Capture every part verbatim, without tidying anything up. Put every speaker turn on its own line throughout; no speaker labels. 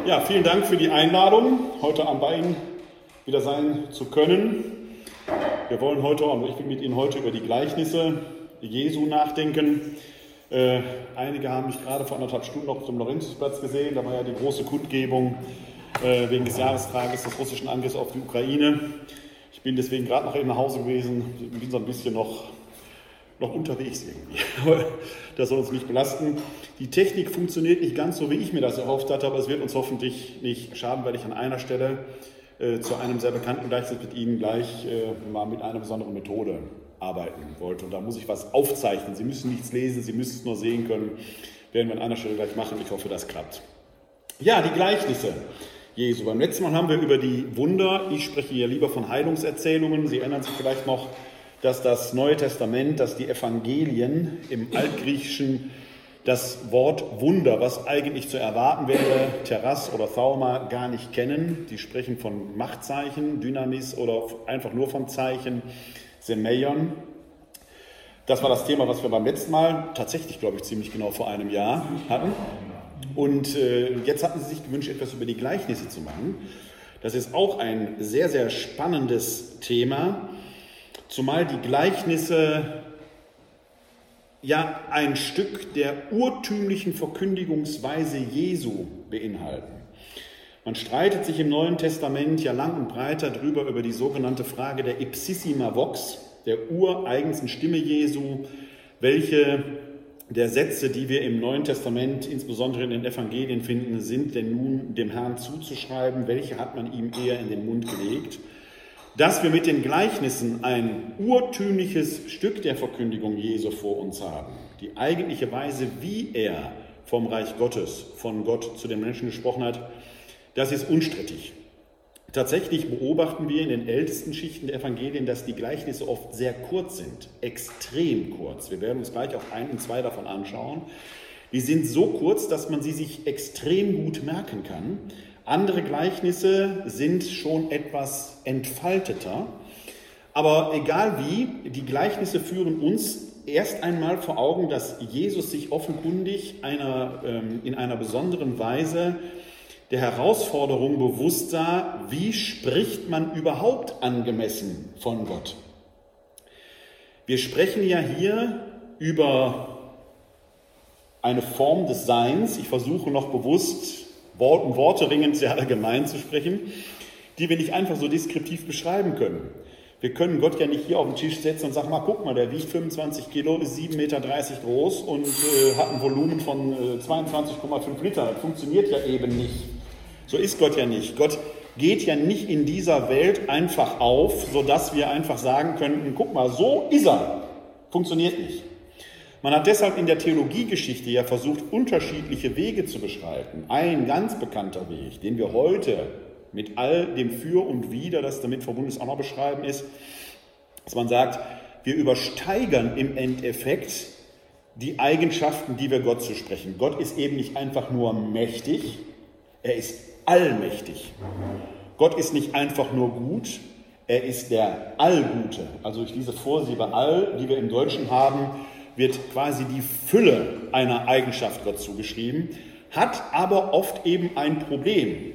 Ja, vielen Dank für die Einladung, heute am Bein wieder sein zu können. Wir wollen heute, und ich will mit Ihnen heute über die Gleichnisse Jesu nachdenken. Äh, einige haben mich gerade vor anderthalb Stunden auf dem Laurentiusplatz gesehen. Da war ja die große Kundgebung äh, wegen des Jahrestages des russischen Angriffs auf die Ukraine. Ich bin deswegen gerade noch eben nach Hause gewesen, bin so ein bisschen noch, noch unterwegs irgendwie. Das soll uns nicht belasten. Die Technik funktioniert nicht ganz so, wie ich mir das erhofft hatte, aber es wird uns hoffentlich nicht schaden, weil ich an einer Stelle äh, zu einem sehr bekannten Gleichnis mit Ihnen gleich äh, mal mit einer besonderen Methode arbeiten wollte. Und da muss ich was aufzeichnen. Sie müssen nichts lesen, Sie müssen es nur sehen können. Werden wir an einer Stelle gleich machen. Ich hoffe, das klappt. Ja, die Gleichnisse Jesu. Beim letzten Mal haben wir über die Wunder, ich spreche hier lieber von Heilungserzählungen. Sie erinnern sich vielleicht noch, dass das Neue Testament, dass die Evangelien im Altgriechischen das Wort Wunder, was eigentlich zu erwarten wäre, Teras oder Thauma, gar nicht kennen. Die sprechen von Machtzeichen, Dynamis oder einfach nur von Zeichen, Semeion. Das war das Thema, was wir beim letzten Mal, tatsächlich glaube ich ziemlich genau vor einem Jahr hatten. Und äh, jetzt hatten Sie sich gewünscht, etwas über die Gleichnisse zu machen. Das ist auch ein sehr, sehr spannendes Thema, zumal die Gleichnisse ja ein Stück der urtümlichen Verkündigungsweise Jesu beinhalten. Man streitet sich im Neuen Testament ja lang und breit darüber, über die sogenannte Frage der Ipsissima Vox, der ureigensten Stimme Jesu, welche der Sätze, die wir im Neuen Testament, insbesondere in den Evangelien finden, sind denn nun dem Herrn zuzuschreiben, welche hat man ihm eher in den Mund gelegt. Dass wir mit den Gleichnissen ein urtümliches Stück der Verkündigung Jesu vor uns haben, die eigentliche Weise, wie er vom Reich Gottes, von Gott zu den Menschen gesprochen hat, das ist unstrittig. Tatsächlich beobachten wir in den ältesten Schichten der Evangelien, dass die Gleichnisse oft sehr kurz sind, extrem kurz. Wir werden uns gleich auch ein und zwei davon anschauen. Die sind so kurz, dass man sie sich extrem gut merken kann. Andere Gleichnisse sind schon etwas entfalteter. Aber egal wie, die Gleichnisse führen uns erst einmal vor Augen, dass Jesus sich offenkundig einer, ähm, in einer besonderen Weise der Herausforderung bewusst sah, wie spricht man überhaupt angemessen von Gott? Wir sprechen ja hier über eine Form des Seins. Ich versuche noch bewusst, Wort, Worte ringend sehr allgemein zu sprechen, die wir nicht einfach so deskriptiv beschreiben können. Wir können Gott ja nicht hier auf den Tisch setzen und sagen, mal, guck mal, der wiegt fünfundzwanzig Kilo, ist sieben Meter dreißig groß und äh, hat ein Volumen von äh, zweiundzwanzig Komma fünf Liter. Das funktioniert ja eben nicht. So ist Gott ja nicht. Gott geht ja nicht in dieser Welt einfach auf, sodass wir einfach sagen könnten, guck mal, so ist er. Funktioniert nicht. Man hat deshalb in der Theologiegeschichte ja versucht, unterschiedliche Wege zu beschreiten. Ein ganz bekannter Weg, den wir heute mit all dem Für und Wider, das damit verbunden ist, auch noch beschreiben, ist, dass man sagt, wir übersteigern im Endeffekt die Eigenschaften, die wir Gott zusprechen. Gott ist eben nicht einfach nur mächtig, er ist allmächtig. Gott ist nicht einfach nur gut, er ist der Allgute. Also durch diese Vorsilbe All, die wir im Deutschen haben, wird quasi die Fülle einer Eigenschaft Gott zugeschrieben, hat aber oft eben ein Problem.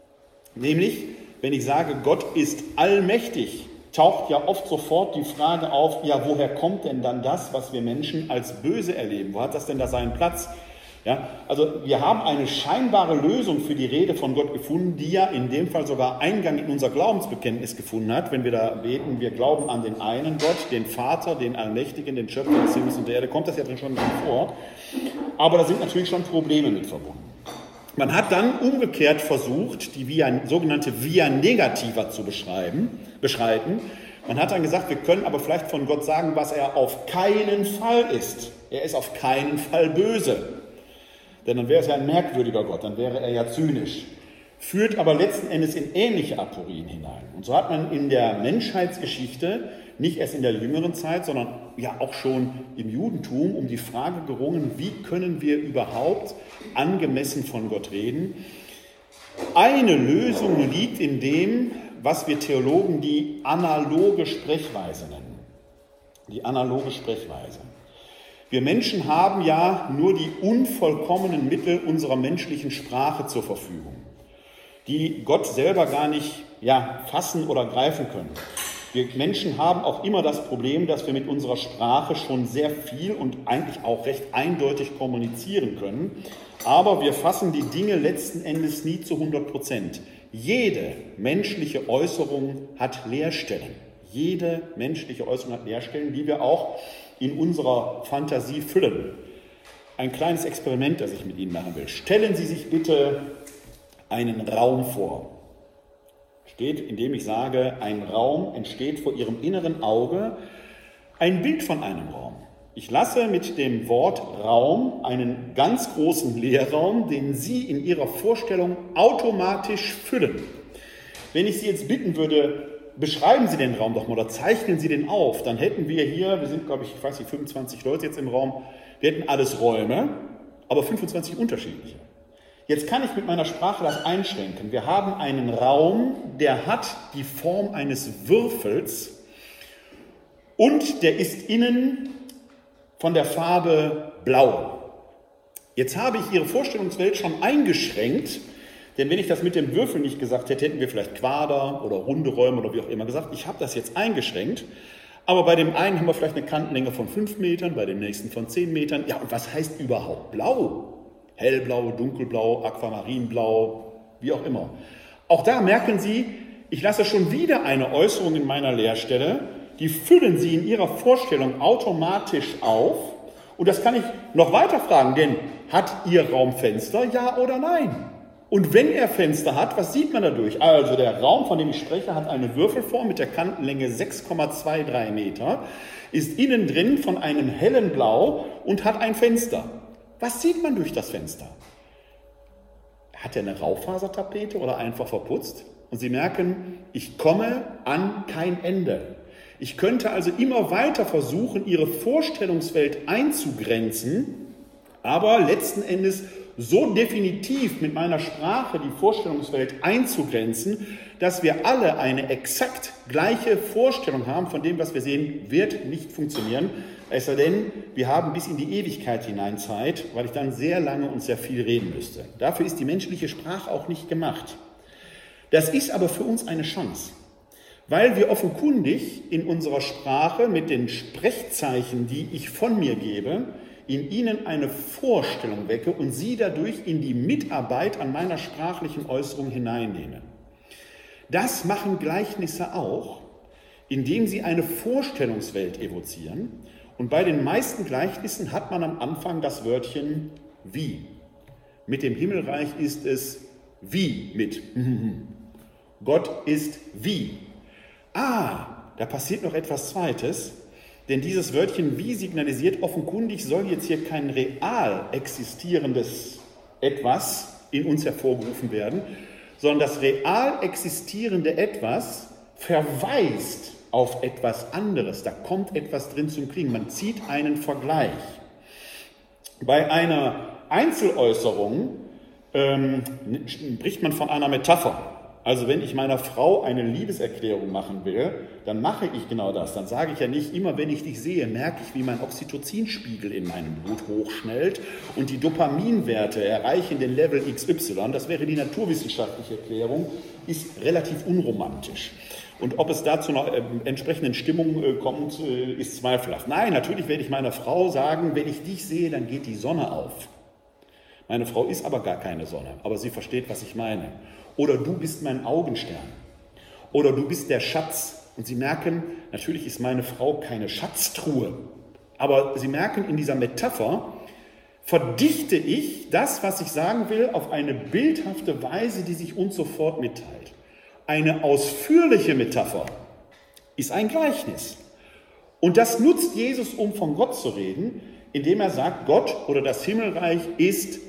Nämlich, wenn ich sage, Gott ist allmächtig, taucht ja oft sofort die Frage auf, ja, woher kommt denn dann das, was wir Menschen als böse erleben? Wo hat das denn da seinen Platz? Ja, also wir haben eine scheinbare Lösung für die Rede von Gott gefunden, die ja in dem Fall sogar Eingang in unser Glaubensbekenntnis gefunden hat, wenn wir da beten, wir glauben an den einen Gott, den Vater, den Allmächtigen, den Schöpfer des Himmels und der Erde, kommt das ja drin schon vor. Aber da sind natürlich schon Probleme mit verbunden. Man hat dann umgekehrt versucht, die Via, sogenannte Via Negativa zu beschreiben, beschreiten. Man hat dann gesagt, wir können aber vielleicht von Gott sagen, was er auf keinen Fall ist. Er ist auf keinen Fall böse. Denn dann wäre es ja ein merkwürdiger Gott, dann wäre er ja zynisch. Führt aber letzten Endes in ähnliche Aporien hinein. Und so hat man in der Menschheitsgeschichte, nicht erst in der jüngeren Zeit, sondern ja auch schon im Judentum, um die Frage gerungen, wie können wir überhaupt angemessen von Gott reden? Eine Lösung liegt in dem, was wir Theologen die analoge Sprechweise nennen. Die analoge Sprechweise. Wir Menschen haben ja nur die unvollkommenen Mittel unserer menschlichen Sprache zur Verfügung. die Gott selber gar nicht ja, fassen oder greifen können. Wir Menschen haben auch immer das Problem, dass wir mit unserer Sprache schon sehr viel und eigentlich auch recht eindeutig kommunizieren können, aber wir fassen die Dinge letzten Endes nie zu hundert Prozent. Jede menschliche Äußerung hat Leerstellen. Jede menschliche Äußerung hat Leerstellen, die wir auch in unserer Fantasie füllen. Ein kleines Experiment, das ich mit Ihnen machen will. Stellen Sie sich bitte einen Raum vor. Steht, indem ich sage, ein Raum entsteht vor Ihrem inneren Auge, ein Bild von einem Raum. Ich lasse mit dem Wort Raum einen ganz großen Leerraum, den Sie in Ihrer Vorstellung automatisch füllen. Wenn ich Sie jetzt bitten würde, beschreiben Sie den Raum doch mal oder zeichnen Sie den auf, dann hätten wir hier, wir sind glaube ich, ich weiß nicht, fünfundzwanzig Leute jetzt im Raum, wir hätten alles Räume, aber fünfundzwanzig unterschiedliche. Jetzt kann ich mit meiner Sprache das einschränken. Wir haben einen Raum, der hat die Form eines Würfels und der ist innen von der Farbe Blau. Jetzt habe ich Ihre Vorstellungswelt schon eingeschränkt, denn wenn ich das mit dem Würfel nicht gesagt hätte, hätten wir vielleicht Quader oder runde Räume oder wie auch immer gesagt. Ich habe das jetzt eingeschränkt, aber bei dem einen haben wir vielleicht eine Kantenlänge von fünf Metern, bei dem nächsten von zehn Metern. Ja, und was heißt überhaupt Blau? Hellblau, dunkelblau, aquamarinblau, wie auch immer. Auch da merken Sie, ich lasse schon wieder eine Äußerung in meiner Leerstelle, die füllen Sie in Ihrer Vorstellung automatisch auf. Und das kann ich noch weiter fragen, denn hat Ihr Raum Fenster, ja oder nein? Und wenn er Fenster hat, was sieht man dadurch? Also der Raum, von dem ich spreche, hat eine Würfelform mit der Kantenlänge sechs Komma dreiundzwanzig Meter, ist innen drin von einem hellen Blau und hat ein Fenster. Was sieht man durch das Fenster? Hat er eine Raufasertapete oder einfach verputzt? Und Sie merken, ich komme an kein Ende. Ich könnte also immer weiter versuchen, Ihre Vorstellungswelt einzugrenzen, aber letzten Endes so definitiv mit meiner Sprache die Vorstellungswelt einzugrenzen, dass wir alle eine exakt gleiche Vorstellung haben von dem, was wir sehen, wird nicht funktionieren. Es sei denn, wir haben bis in die Ewigkeit hinein Zeit, weil ich dann sehr lange und sehr viel reden müsste. Dafür ist die menschliche Sprache auch nicht gemacht. Das ist aber für uns eine Chance, weil wir offenkundig in unserer Sprache mit den Sprechzeichen, die ich von mir gebe, in Ihnen eine Vorstellung wecke und Sie dadurch in die Mitarbeit an meiner sprachlichen Äußerung hineinnehme. Das machen Gleichnisse auch, indem sie eine Vorstellungswelt evozieren. Und bei den meisten Gleichnissen hat man am Anfang das Wörtchen wie. Mit dem Himmelreich ist es wie mit. Gott ist wie. Ah, da passiert noch etwas Zweites, denn dieses Wörtchen wie signalisiert offenkundig, soll jetzt hier kein real existierendes Etwas in uns hervorgerufen werden, sondern das real existierende Etwas verweist auf etwas anderes. Da kommt etwas drin zum Klingen. Man zieht einen Vergleich. Bei einer Einzeläußerung ähm, spricht man von einer Metapher. Also wenn ich meiner Frau eine Liebeserklärung machen will, dann mache ich genau das. Dann sage ich ja nicht, immer wenn ich dich sehe, merke ich, wie mein Oxytocinspiegel in meinem Blut hochschnellt und die Dopaminwerte erreichen den Level X Y. Das wäre die naturwissenschaftliche Erklärung, ist relativ unromantisch. Und ob es da zu einer äh, entsprechenden Stimmung äh, kommt, äh, ist zweifelhaft. Nein, natürlich werde ich meiner Frau sagen, wenn ich dich sehe, dann geht die Sonne auf. Meine Frau ist aber gar keine Sonne, aber sie versteht, was ich meine. Oder du bist mein Augenstern. Oder du bist der Schatz. Und Sie merken, natürlich ist meine Frau keine Schatztruhe. Aber Sie merken, in dieser Metapher verdichte ich das, was ich sagen will, auf eine bildhafte Weise, die sich uns sofort mitteilt. Eine ausführliche Metapher ist ein Gleichnis. Und das nutzt Jesus, um von Gott zu reden, indem er sagt, Gott oder das Himmelreich ist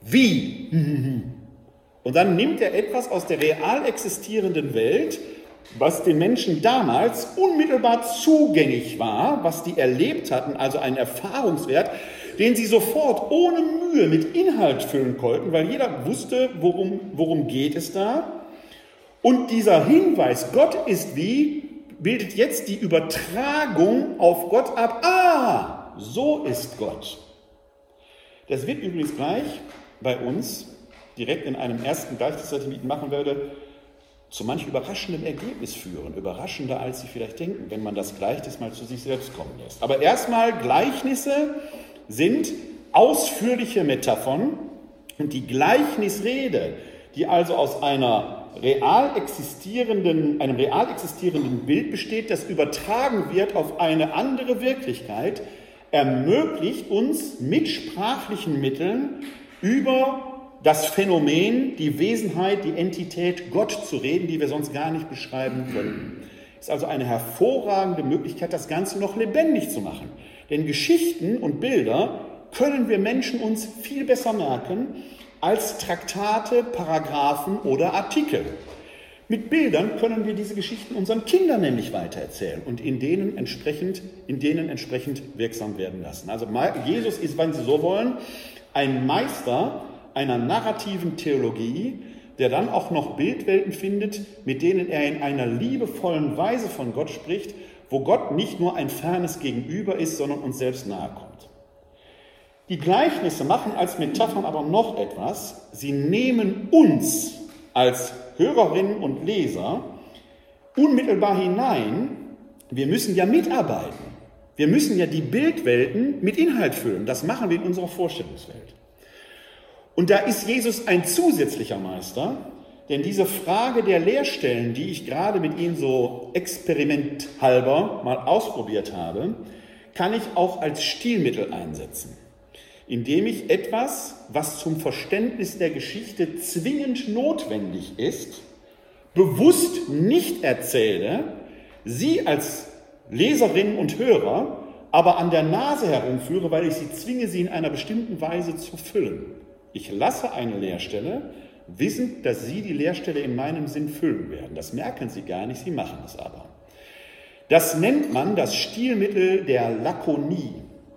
wie. Und dann nimmt er etwas aus der real existierenden Welt, was den Menschen damals unmittelbar zugänglich war, was die erlebt hatten, also einen Erfahrungswert, den sie sofort ohne Mühe mit Inhalt füllen konnten, weil jeder wusste, worum, worum geht es da. Und dieser Hinweis, Gott ist wie, bildet jetzt die Übertragung auf Gott ab. Ah, so ist Gott. Das wird übrigens gleich bei uns direkt in einem ersten Gleichnis, das ich mit Ihnen machen werde, zu manch überraschendem Ergebnis führen. Überraschender, als Sie vielleicht denken, wenn man das Gleichnis mal zu sich selbst kommen lässt. Aber erstmal, Gleichnisse sind ausführliche Metaphern und die Gleichnisrede, die also aus einer real existierenden, einem real existierenden Bild besteht, das übertragen wird auf eine andere Wirklichkeit, ermöglicht uns mit sprachlichen Mitteln über das Phänomen, die Wesenheit, die Entität Gott zu reden, die wir sonst gar nicht beschreiben können. Ist also eine hervorragende Möglichkeit, das Ganze noch lebendig zu machen. Denn Geschichten und Bilder können wir Menschen uns viel besser merken als Traktate, Paragraphen oder Artikel. Mit Bildern können wir diese Geschichten unseren Kindern nämlich weitererzählen und in denen entsprechend, in denen entsprechend wirksam werden lassen. Also Jesus ist, wenn Sie so wollen, ein Meister einer narrativen Theologie, der dann auch noch Bildwelten findet, mit denen er in einer liebevollen Weise von Gott spricht, wo Gott nicht nur ein fernes Gegenüber ist, sondern uns selbst nahe kommt. Die Gleichnisse machen als Metaphern aber noch etwas. Sie nehmen uns als Hörerinnen und Leser unmittelbar hinein. Wir müssen ja mitarbeiten. Wir müssen ja die Bildwelten mit Inhalt füllen. Das machen wir in unserer Vorstellungswelt. Und da ist Jesus ein zusätzlicher Meister, denn diese Frage der Leerstellen, die ich gerade mit Ihnen so experimenthalber mal ausprobiert habe, kann ich auch als Stilmittel einsetzen, indem ich etwas, was zum Verständnis der Geschichte zwingend notwendig ist, bewusst nicht erzähle, Sie als Leserinnen und Hörer aber an der Nase herumführe, weil ich Sie zwinge, sie in einer bestimmten Weise zu füllen. Ich lasse eine Leerstelle, wissend, dass Sie die Leerstelle in meinem Sinn füllen werden. Das merken Sie gar nicht, Sie machen es aber. Das nennt man das Stilmittel der Lakonie.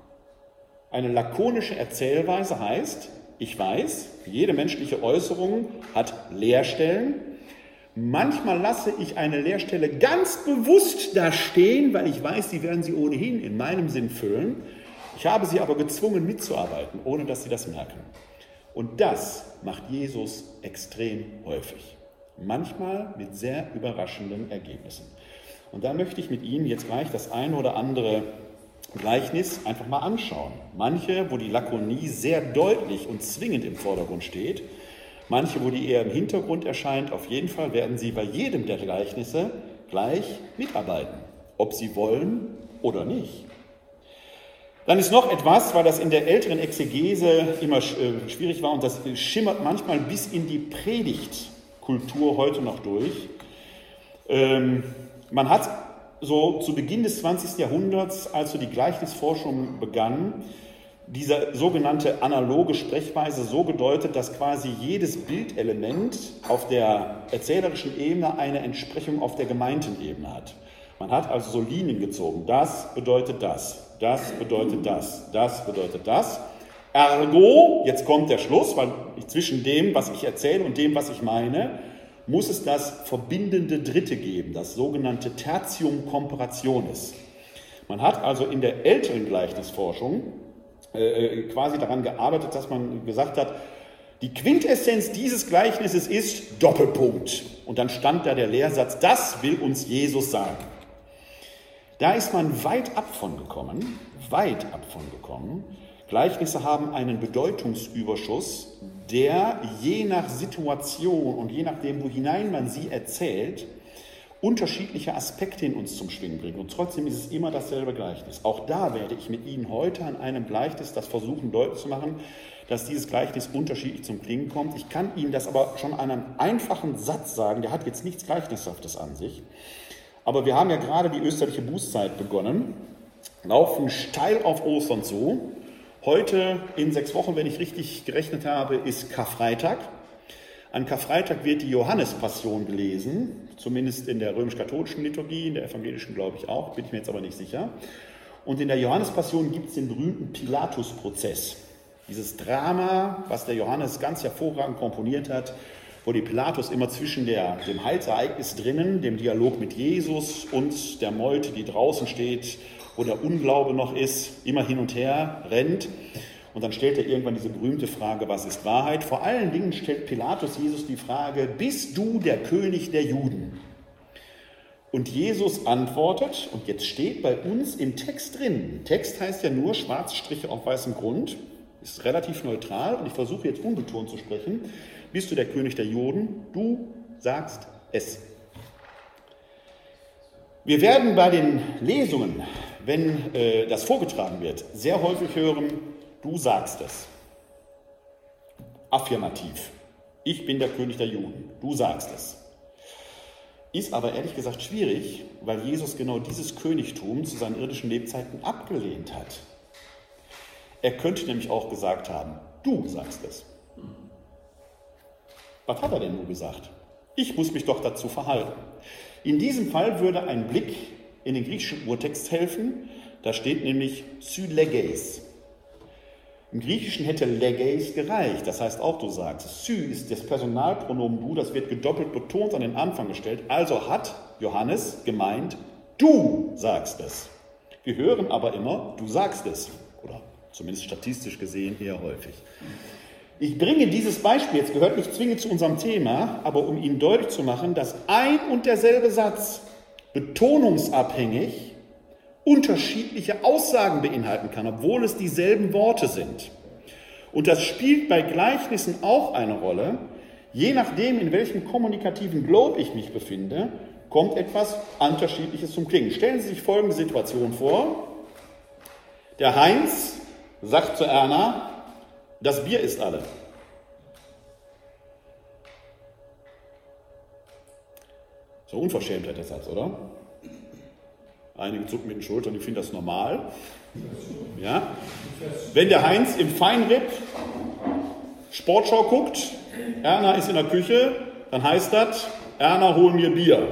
Eine lakonische Erzählweise heißt, ich weiß, jede menschliche Äußerung hat Leerstellen. Manchmal lasse ich eine Leerstelle ganz bewusst da stehen, weil ich weiß, Sie werden sie ohnehin in meinem Sinn füllen. Ich habe Sie aber gezwungen mitzuarbeiten, ohne dass Sie das merken. Und das macht Jesus extrem häufig. Manchmal mit sehr überraschenden Ergebnissen. Und da möchte ich mit Ihnen jetzt gleich das eine oder andere Gleichnis einfach mal anschauen. Manche, wo die Lakonie sehr deutlich und zwingend im Vordergrund steht, manche, wo die eher im Hintergrund erscheint. Auf jeden Fall werden Sie bei jedem der Gleichnisse gleich mitarbeiten, ob Sie wollen oder nicht. Dann ist noch etwas, weil das in der älteren Exegese immer schwierig war und das schimmert manchmal bis in die Predigtkultur heute noch durch. Ähm, man hat so zu Beginn des zwanzigsten Jahrhunderts, als so die Gleichnisforschung begann, diese sogenannte analoge Sprechweise so gedeutet, dass quasi jedes Bildelement auf der erzählerischen Ebene eine Entsprechung auf der gemeinten Ebene hat. Man hat also so Linien gezogen. Das bedeutet das. Das bedeutet das, das bedeutet das. Ergo, jetzt kommt der Schluss, weil zwischen dem, was ich erzähle und dem, was ich meine, muss es das verbindende Dritte geben, das sogenannte Tertium Comparationis. Man hat also in der älteren Gleichnisforschung äh, quasi daran gearbeitet, dass man gesagt hat, die Quintessenz dieses Gleichnisses ist Doppelpunkt. Und dann stand da der Lehrsatz, das will uns Jesus sagen. Da ist man weit ab von gekommen, weit ab von gekommen. Gleichnisse haben einen Bedeutungsüberschuss, der je nach Situation und je nachdem, wo hinein man sie erzählt, unterschiedliche Aspekte in uns zum Schwingen bringt. Und trotzdem ist es immer dasselbe Gleichnis. Auch da werde ich mit Ihnen heute an einem Gleichnis das versuchen deutlich zu machen, dass dieses Gleichnis unterschiedlich zum Klingen kommt. Ich kann Ihnen das aber schon an einem einfachen Satz sagen, der hat jetzt nichts Gleichnishaftes an sich. Aber wir haben ja gerade die österliche Bußzeit begonnen, laufen steil auf Ostern zu. Heute in sechs Wochen, wenn ich richtig gerechnet habe, ist Karfreitag. An Karfreitag wird die Johannespassion gelesen, zumindest in der römisch-katholischen Liturgie, in der evangelischen glaube ich auch, bin ich mir jetzt aber nicht sicher. Und in der Johannespassion gibt es den berühmten Pilatus-Prozess. Dieses Drama, was der Johannes ganz hervorragend komponiert hat, wo die Pilatus immer zwischen der, dem Heilsereignis drinnen, dem Dialog mit Jesus und der Meute, die draußen steht, wo der Unglaube noch ist, immer hin und her rennt. Und dann stellt er irgendwann diese berühmte Frage, was ist Wahrheit? Vor allen Dingen stellt Pilatus Jesus die Frage, bist du der König der Juden? Und Jesus antwortet, und jetzt steht bei uns im Text drin, Text heißt ja nur schwarze Striche auf weißem Grund, ist relativ neutral und ich versuche jetzt unbetont zu sprechen, bist du der König der Juden? Du sagst es. Wir werden bei den Lesungen, wenn äh, das vorgetragen wird, sehr häufig hören, du sagst es. Affirmativ. Ich bin der König der Juden. Du sagst es. Ist aber ehrlich gesagt schwierig, weil Jesus genau dieses Königtum zu seinen irdischen Lebzeiten abgelehnt hat. Er könnte nämlich auch gesagt haben, du sagst es. Was hat er denn nur gesagt? Ich muss mich doch dazu verhalten. In diesem Fall würde ein Blick in den griechischen Urtext helfen. Da steht nämlich sylegeis. Im Griechischen hätte legeis gereicht, das heißt auch du sagst es. Sy ist das Personalpronomen du, das wird gedoppelt betont an den Anfang gestellt. Also hat Johannes gemeint, du sagst es. Wir hören aber immer, du sagst es. Oder zumindest statistisch gesehen eher häufig. Ich bringe dieses Beispiel, jetzt gehört nicht zwingend zu unserem Thema, aber um Ihnen deutlich zu machen, dass ein und derselbe Satz betonungsabhängig unterschiedliche Aussagen beinhalten kann, obwohl es dieselben Worte sind. Und das spielt bei Gleichnissen auch eine Rolle. Je nachdem, in welchem kommunikativen Globe ich mich befinde, kommt etwas Unterschiedliches zum Klingen. Stellen Sie sich folgende Situation vor. Der Heinz sagt zu Erna, das Bier ist alle. So Unverschämtheit der Satz, oder? Einige zucken mit den Schultern, die finden das normal. Ja? Wenn der Heinz im Feinripp Sportschau guckt, Erna ist in der Küche, dann heißt das, Erna, hol mir Bier.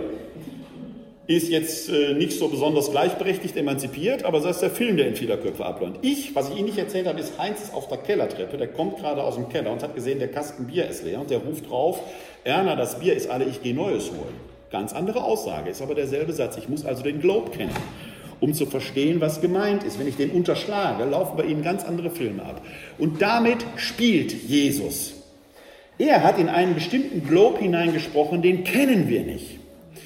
Ist jetzt äh, nicht so besonders gleichberechtigt emanzipiert, aber das ist der Film, der in vieler Köpfe abläuft. Ich, was ich Ihnen nicht erzählt habe, ist, Heinz ist auf der Kellertreppe, der kommt gerade aus dem Keller und hat gesehen, der Kasten Bier ist leer und der ruft drauf, Erna, das Bier ist alle, ich gehe Neues holen. Ganz andere Aussage, ist aber derselbe Satz. Ich muss also den Globe kennen, um zu verstehen, was gemeint ist. Wenn ich den unterschlage, laufen bei Ihnen ganz andere Filme ab. Und damit spielt Jesus. Er hat in einen bestimmten Globe hineingesprochen, den kennen wir nicht.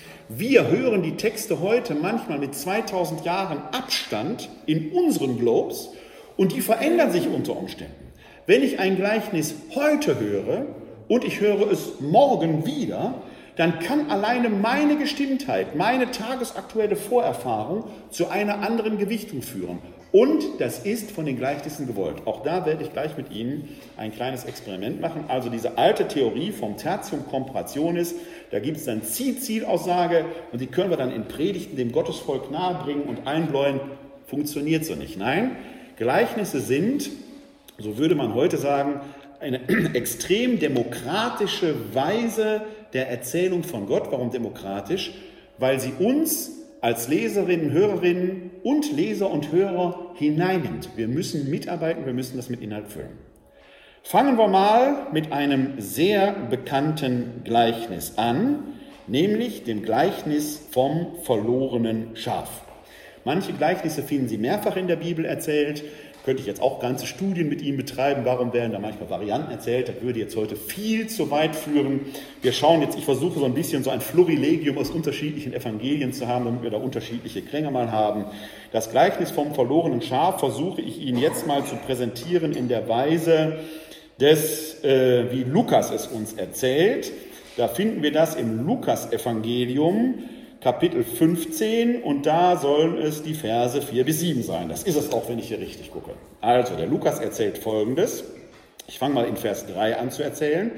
Wir hören die Texte heute manchmal mit zweitausend Jahren Abstand in unseren Globes und die verändern sich unter Umständen. Wenn ich ein Gleichnis heute höre und ich höre es morgen wieder, dann kann alleine meine Gestimmtheit, meine tagesaktuelle Vorerfahrung zu einer anderen Gewichtung führen. Und das ist von den Gleichnissen gewollt. Auch da werde ich gleich mit Ihnen ein kleines Experiment machen. Also diese alte Theorie vom Tertium Comparationis, da gibt es dann Ziel-Zielaussage und die können wir dann in Predigten dem Gottesvolk nahebringen und einbläuen. Funktioniert so nicht. Nein, Gleichnisse sind, so würde man heute sagen, eine extrem demokratische Weise der Erzählung von Gott. Warum demokratisch? Weil sie uns als Leserinnen, Hörerinnen und Leser und Hörer hineinnimmt. Wir müssen mitarbeiten, wir müssen das mit Inhalt füllen. Fangen wir mal mit einem sehr bekannten Gleichnis an, nämlich dem Gleichnis vom verlorenen Schaf. Manche Gleichnisse finden Sie mehrfach in der Bibel erzählt. Könnte ich jetzt auch ganze Studien mit Ihnen betreiben, warum werden da manchmal Varianten erzählt, das würde jetzt heute viel zu weit führen. Wir schauen jetzt, ich versuche so ein bisschen so ein Florilegium aus unterschiedlichen Evangelien zu haben, damit wir da unterschiedliche Klänge mal haben. Das Gleichnis vom verlorenen Schaf versuche ich Ihnen jetzt mal zu präsentieren in der Weise des, äh, wie Lukas es uns erzählt. Da finden wir das im Lukas-Evangelium, Kapitel fünfzehn, und da sollen es die Verse vier bis sieben sein. Das ist es auch, wenn ich hier richtig gucke. Also, der Lukas erzählt Folgendes. Ich fange mal in Vers drei an zu erzählen.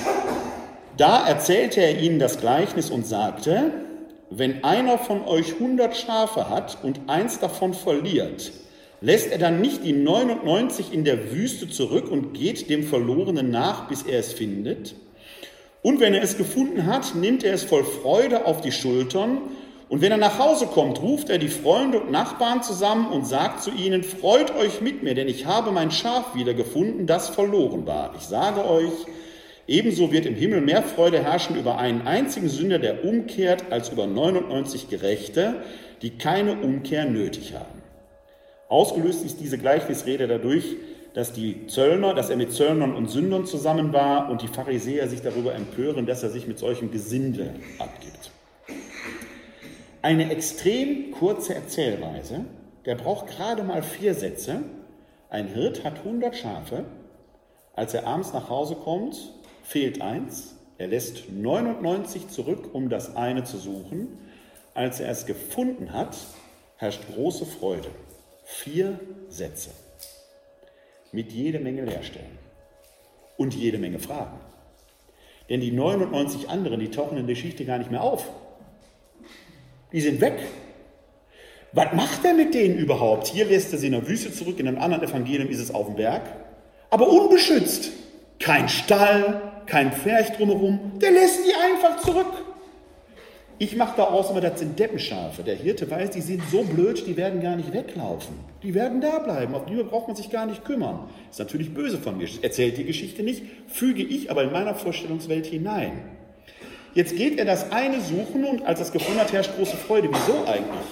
Da erzählte er ihnen das Gleichnis und sagte, wenn einer von euch hundert Schafe hat und eins davon verliert, lässt er dann nicht die neunundneunzig in der Wüste zurück und geht dem Verlorenen nach, bis er es findet? Und wenn er es gefunden hat, nimmt er es voll Freude auf die Schultern. Und wenn er nach Hause kommt, ruft er die Freunde und Nachbarn zusammen und sagt zu ihnen, freut euch mit mir, denn ich habe mein Schaf wiedergefunden, das verloren war. Ich sage euch, ebenso wird im Himmel mehr Freude herrschen über einen einzigen Sünder, der umkehrt, als über neunundneunzig Gerechte, die keine Umkehr nötig haben. Ausgelöst ist diese Gleichnisrede dadurch, dass die Zöllner, dass er mit Zöllnern und Sündern zusammen war und die Pharisäer sich darüber empören, dass er sich mit solchem Gesinde abgibt. Eine extrem kurze Erzählweise, der braucht gerade mal vier Sätze. Ein Hirt hat hundert Schafe, als er abends nach Hause kommt, fehlt eins, er lässt neunundneunzig zurück, um das eine zu suchen. Als er es gefunden hat, herrscht große Freude. Vier Sätze. Mit jede Menge Leerstellen und jede Menge Fragen. Denn die neunundneunzig anderen, die tauchen in der Geschichte gar nicht mehr auf. Die sind weg. Was macht er mit denen überhaupt? Hier lässt er sie in der Wüste zurück, in einem anderen Evangelium ist es auf dem Berg. Aber unbeschützt. Kein Stall, kein Pferch drumherum. Der lässt die einfach zurück. Ich mache daraus immer, das sind Deppenschafe. Der Hirte weiß, die sind so blöd, die werden gar nicht weglaufen. Die werden da bleiben, auf die braucht man sich gar nicht kümmern. Ist natürlich böse von mir, erzählt die Geschichte nicht, füge ich aber in meiner Vorstellungswelt hinein. Jetzt geht er das eine suchen und als er es gefunden hat, herrscht große Freude. Wieso eigentlich?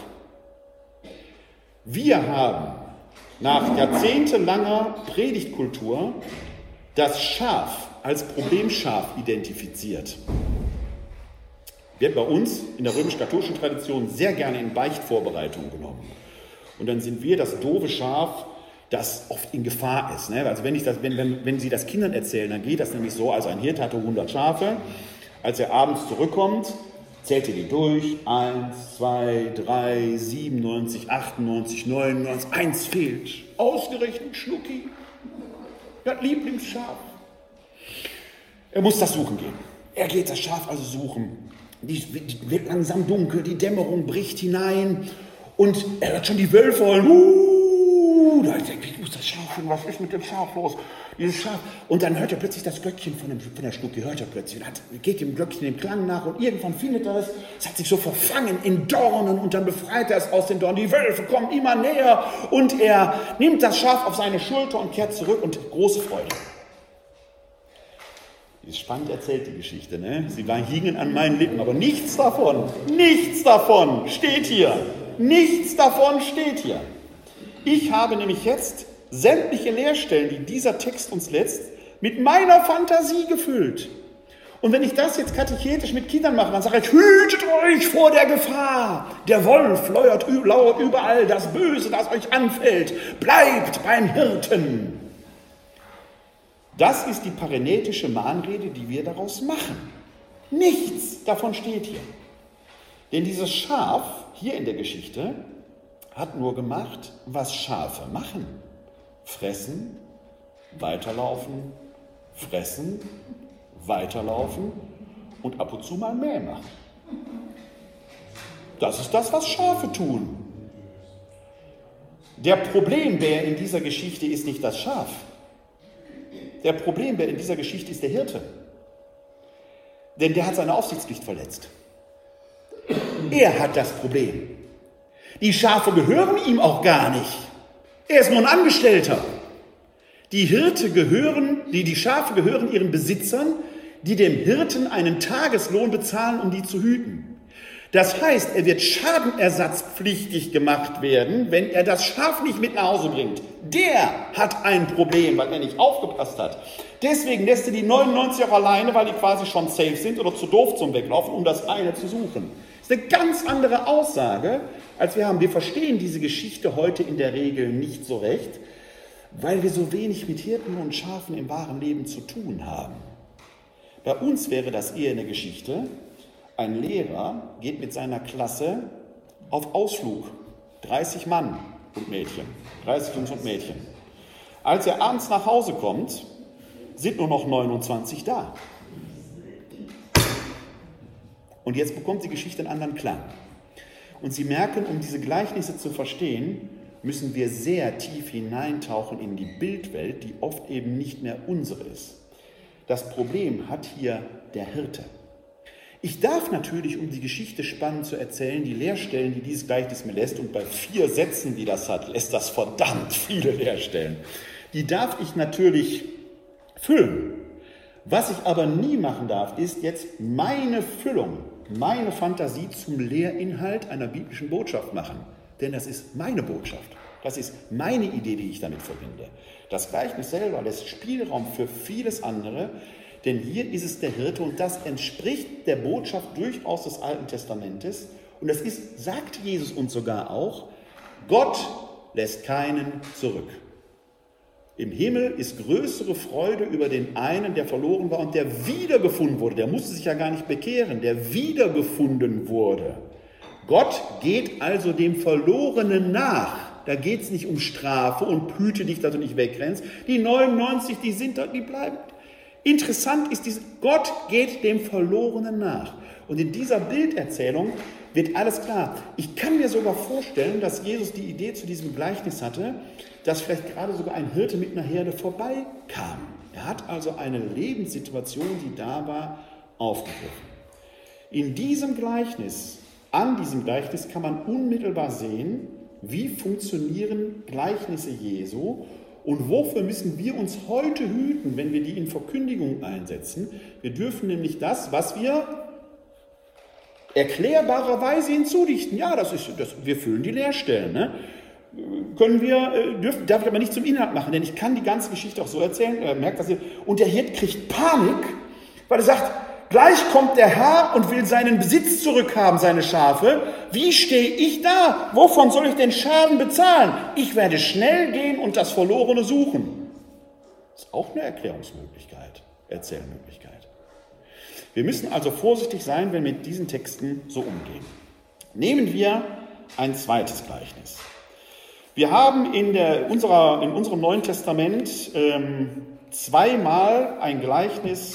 Wir haben nach jahrzehntelanger Predigtkultur das Schaf als Problemschaf identifiziert. Wird bei uns in der römisch-katholischen Tradition sehr gerne in Beichtvorbereitungen genommen. Und dann sind wir das doofe Schaf, das oft in Gefahr ist. Ne? Also wenn, ich das, wenn, wenn, wenn Sie das Kindern erzählen, dann geht das nämlich so, also ein Hirt hatte hundert Schafe, als er abends zurückkommt, zählt er die durch, eins, zwei, drei, siebenundneunzig, achtundneunzig, neunundneunzig, eins fehlt. Ausgerechnet Schnucki, das Lieblingsschaf. Er muss das suchen gehen. Er geht das Schaf also suchen. Die wird langsam dunkel, die Dämmerung bricht hinein und er hört schon die Wölfe heulen. Uh, da denkt er, ich muss das Schaf finden, was ist mit dem Schaf los? Dieses Schaf. Und dann hört er plötzlich das Glöckchen von, dem, von der Schnucki, hört er plötzlich. Und hat, geht dem Glöckchen dem Klang nach und irgendwann findet er es. Es hat sich so verfangen in Dornen und dann befreit er es aus den Dornen. Die Wölfe kommen immer näher und er nimmt das Schaf auf seine Schulter und kehrt zurück und große Freude. Die ist spannend erzählt, die Geschichte. Ne? Sie war, hingen an meinen Lippen, aber nichts davon, nichts davon steht hier. Nichts davon steht hier. Ich habe nämlich jetzt sämtliche Leerstellen, die dieser Text uns lässt, mit meiner Fantasie gefüllt. Und wenn ich das jetzt katechetisch mit Kindern mache, dann sage ich, hütet euch vor der Gefahr. Der Wolf lauert, lauert überall, das Böse, das euch anfällt. Bleibt beim Hirten. Das ist die parenetische Mahnrede, die wir daraus machen. Nichts davon steht hier. Denn dieses Schaf hier in der Geschichte hat nur gemacht, was Schafe machen. Fressen, weiterlaufen, fressen, weiterlaufen und ab und zu mal Mäh machen. Das ist das, was Schafe tun. Der Problembär in dieser Geschichte ist nicht das Schaf. Der Problembär in dieser Geschichte ist der Hirte. Denn der hat seine Aufsichtspflicht verletzt. Er hat das Problem. Die Schafe gehören ihm auch gar nicht. Er ist nur ein Angestellter. Die Hirte gehören, die, die Schafe gehören ihren Besitzern, die dem Hirten einen Tageslohn bezahlen, um die zu hüten. Das heißt, er wird schadenersatzpflichtig gemacht werden, wenn er das Schaf nicht mit nach Hause bringt. Der hat ein Problem, weil er nicht aufgepasst hat. Deswegen lässt er die neunundneunzig auch alleine, weil die quasi schon safe sind oder zu doof zum Weglaufen, um das eine zu suchen. Das ist eine ganz andere Aussage, als wir haben. Wir verstehen diese Geschichte heute in der Regel nicht so recht, weil wir so wenig mit Hirten und Schafen im wahren Leben zu tun haben. Bei uns wäre das eher eine Geschichte. Ein Lehrer geht mit seiner Klasse auf Ausflug. dreißig Mann und Mädchen. dreißig Jungs und Mädchen. Als er abends nach Hause kommt, sind nur noch neunundzwanzig da. Und jetzt bekommt die Geschichte einen anderen Klang. Und Sie merken, um diese Gleichnisse zu verstehen, müssen wir sehr tief hineintauchen in die Bildwelt, die oft eben nicht mehr unsere ist. Das Problem hat hier der Hirte. Ich darf natürlich, um die Geschichte spannend zu erzählen, die Leerstellen, die dieses Gleichnis mir lässt, und bei vier Sätzen, die das hat, lässt das verdammt viele Leerstellen, die darf ich natürlich füllen. Was ich aber nie machen darf, ist jetzt meine Füllung, meine Fantasie zum Lehrinhalt einer biblischen Botschaft machen. Denn das ist meine Botschaft. Das ist meine Idee, die ich damit verbinde. Das Gleichnis selber lässt Spielraum für vieles andere, denn hier ist es der Hirte und das entspricht der Botschaft durchaus des Alten Testamentes. Und das ist, sagt Jesus uns sogar auch, Gott lässt keinen zurück. Im Himmel ist größere Freude über den einen, der verloren war und der wiedergefunden wurde. Der musste sich ja gar nicht bekehren, der wiedergefunden wurde. Gott geht also dem Verlorenen nach. Da geht es nicht um Strafe und hüte dich, dass du nicht wegrennst. Die neunundneunzig, die sind da, die bleiben. Interessant ist, dieses, Gott geht dem Verlorenen nach. Und in dieser Bilderzählung wird alles klar. Ich kann mir sogar vorstellen, dass Jesus die Idee zu diesem Gleichnis hatte, dass vielleicht gerade sogar ein Hirte mit einer Herde vorbeikam. Er hat also eine Lebenssituation, die da war, aufgegriffen. In diesem Gleichnis, an diesem Gleichnis kann man unmittelbar sehen, wie funktionieren Gleichnisse Jesu und wofür müssen wir uns heute hüten, wenn wir die in Verkündigung einsetzen. Wir dürfen nämlich das, was wir erklärbarerweise hinzudichten. Ja, das ist, das, wir füllen die Leerstellen. Ne? Können wir, dürfen, darf ich aber nicht zum Inhalt machen, denn ich kann die ganze Geschichte auch so erzählen. Er merkt das hier. Und der Hirt kriegt Panik, weil er sagt, gleich kommt der Herr und will seinen Besitz zurückhaben, seine Schafe. Wie stehe ich da? Wovon soll ich den Schaden bezahlen? Ich werde schnell gehen und das Verlorene suchen. Das ist auch eine Erklärungsmöglichkeit, Erzählmöglichkeit. Wir müssen also vorsichtig sein, wenn wir mit diesen Texten so umgehen. Nehmen wir ein zweites Gleichnis. Wir haben in, der, unserer, in unserem Neuen Testament ähm, zweimal ein Gleichnis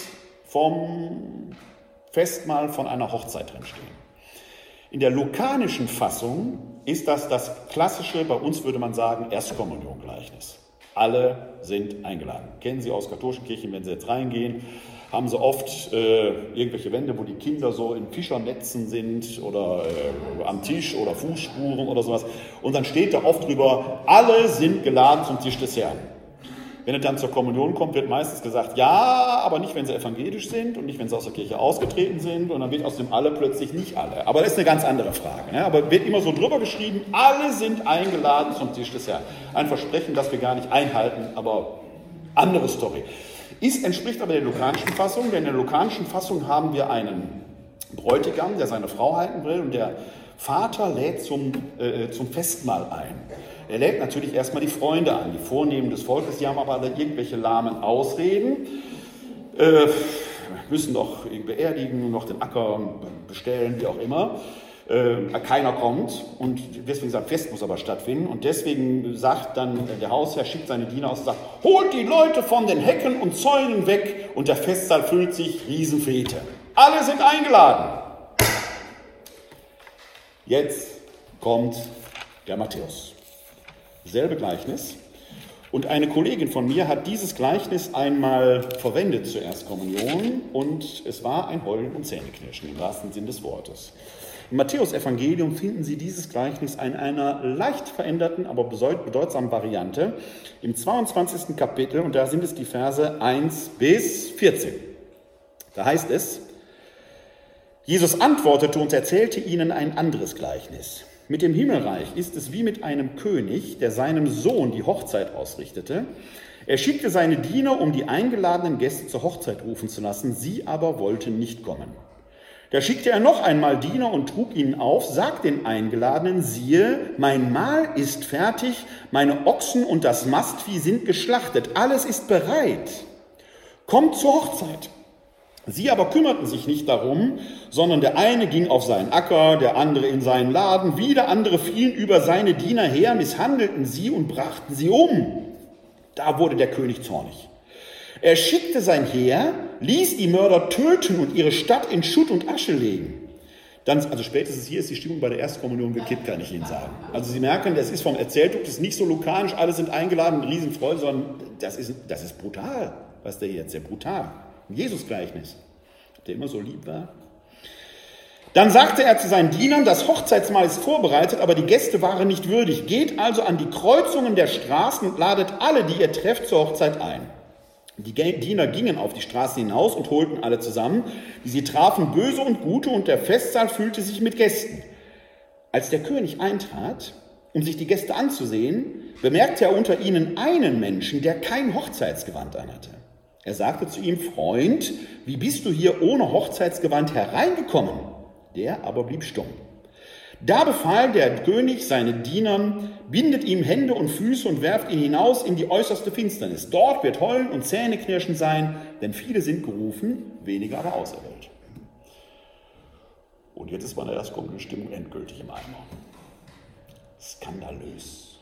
vom Festmahl von einer Hochzeit drinstehen. In der lukanischen Fassung ist das das klassische, bei uns würde man sagen, Erstkommunion-Gleichnis. Alle sind eingeladen. Kennen Sie aus katholischen Kirchen, wenn Sie jetzt reingehen, haben sie oft äh, irgendwelche Wände, wo die Kinder so in Fischernetzen sind oder äh, am Tisch oder Fußspuren oder sowas. Und dann steht da oft drüber, alle sind geladen zum Tisch des Herrn. Wenn es dann zur Kommunion kommt, wird meistens gesagt, ja, aber nicht, wenn sie evangelisch sind und nicht, wenn sie aus der Kirche ausgetreten sind. Und dann wird aus dem alle plötzlich nicht alle. Aber das ist eine ganz andere Frage. Ne? Aber wird immer so drüber geschrieben, alle sind eingeladen zum Tisch des Herrn. Ein Versprechen, das wir gar nicht einhalten, aber andere Story. Ist, entspricht aber der lukanischen Fassung, denn in der lukanischen Fassung haben wir einen Bräutigam, der seine Frau halten will und der Vater lädt zum, äh, zum Festmahl ein. Er lädt natürlich erstmal die Freunde an, die Vornehmen des Volkes, die haben aber alle irgendwelche lahmen Ausreden, äh, müssen doch beerdigen, noch den Acker bestellen, wie auch immer. Äh, keiner kommt und deswegen sagt, Fest muss aber stattfinden und deswegen sagt dann der Hausherr, schickt seine Diener aus und sagt, holt die Leute von den Hecken und Zäunen weg und der Festsaal füllt sich, Riesenfete. Alle sind eingeladen. Jetzt kommt der Matthäus. Selbe Gleichnis. Und eine Kollegin von mir hat dieses Gleichnis einmal verwendet zur Erstkommunion und es war ein Heulen und Zähneknirschen im wahrsten Sinn des Wortes. Im Matthäus-Evangelium finden Sie dieses Gleichnis in einer leicht veränderten, aber bedeutsamen Variante im zweiundzwanzigsten Kapitel und da sind es die Verse eins bis vierzehn. Da heißt es, Jesus antwortete und erzählte ihnen ein anderes Gleichnis. Mit dem Himmelreich ist es wie mit einem König, der seinem Sohn die Hochzeit ausrichtete. Er schickte seine Diener, um die eingeladenen Gäste zur Hochzeit rufen zu lassen, sie aber wollten nicht kommen. Da schickte er noch einmal Diener und trug ihnen auf, sagt den Eingeladenen, siehe, mein Mahl ist fertig, meine Ochsen und das Mastvieh sind geschlachtet, alles ist bereit. Kommt zur Hochzeit. Sie aber kümmerten sich nicht darum, sondern der eine ging auf seinen Acker, der andere in seinen Laden, wieder andere fielen über seine Diener her, misshandelten sie und brachten sie um. Da wurde der König zornig. Er schickte sein Heer, ließ die Mörder töten und ihre Stadt in Schutt und Asche legen. Dann, also spätestens hier ist die Stimmung bei der Erstkommunion gekippt, kann ich Ihnen sagen. Also Sie merken, das ist vom Erzähltuch, das ist nicht so lukanisch, alle sind eingeladen, Riesenfreude, sondern das ist, das ist brutal, was der hier erzählt, brutal. Ein Jesus-Gleichnis, der immer so lieb war. Dann sagte er zu seinen Dienern, das Hochzeitsmahl ist vorbereitet, aber die Gäste waren nicht würdig. Geht also an die Kreuzungen der Straßen und ladet alle, die ihr trefft, zur Hochzeit ein. Die Diener gingen auf die Straße hinaus und holten alle zusammen. Sie trafen Böse und Gute und der Festsaal füllte sich mit Gästen. Als der König eintrat, um sich die Gäste anzusehen, bemerkte er unter ihnen einen Menschen, der kein Hochzeitsgewand anhatte. Er sagte zu ihm: Freund, wie bist du hier ohne Hochzeitsgewand hereingekommen? Der aber blieb stumm. Da befahl der König seinen Dienern: Bindet ihm Hände und Füße und werft ihn hinaus in die äußerste Finsternis. Dort wird Heulen und Zähneknirschen sein, denn viele sind gerufen, wenige aber auserwählt. Und jetzt ist meine erstkommende Stimmung endgültig im Eimer. Skandalös.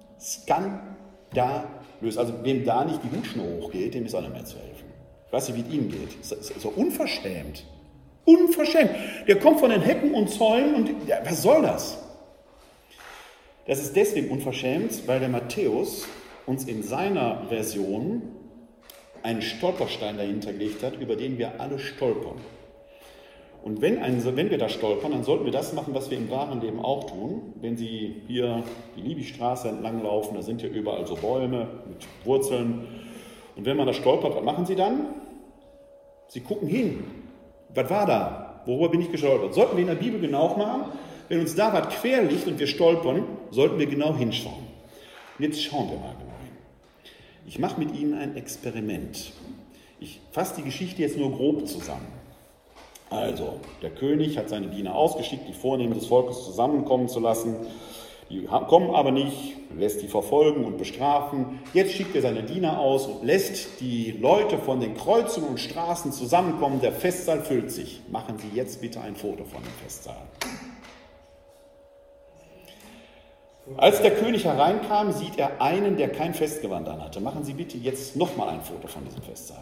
Skandalös. Also wem da nicht die Hutschnur hochgeht, dem ist auch nicht mehr zu helfen. Ich weiß nicht, wie es Ihnen geht. Es ist so unverschämt. Unverschämt. Der kommt von den Hecken und Zäunen und ja, was soll das? Das ist deswegen unverschämt, weil der Matthäus uns in seiner Version einen Stolperstein dahinter gelegt hat, über den wir alle stolpern. Und wenn, ein, wenn wir da stolpern, dann sollten wir das machen, was wir im wahren Leben auch tun. Wenn Sie hier die Liebigstraße entlang laufen, da sind ja überall so Bäume mit Wurzeln. Und wenn man da stolpert, was machen Sie dann? Sie gucken hin. Was war da? Worüber bin ich gestolpert? Sollten wir in der Bibel genau machen? Wenn uns da was quer liegt und wir stolpern, sollten wir genau hinschauen. Und jetzt schauen wir mal genau hin. Ich mache mit Ihnen ein Experiment. Ich fasse die Geschichte jetzt nur grob zusammen. Also, der König hat seine Diener ausgeschickt, die Vornehmen des Volkes zusammenkommen zu lassen. Die kommen aber nicht, lässt die verfolgen und bestrafen. Jetzt schickt er seine Diener aus und lässt die Leute von den Kreuzungen und Straßen zusammenkommen. Der Festsaal füllt sich. Machen Sie jetzt bitte ein Foto von dem Festsaal. Als der König hereinkam, sieht er einen, der kein Festgewand anhatte. Machen Sie bitte jetzt nochmal ein Foto von diesem Festsaal.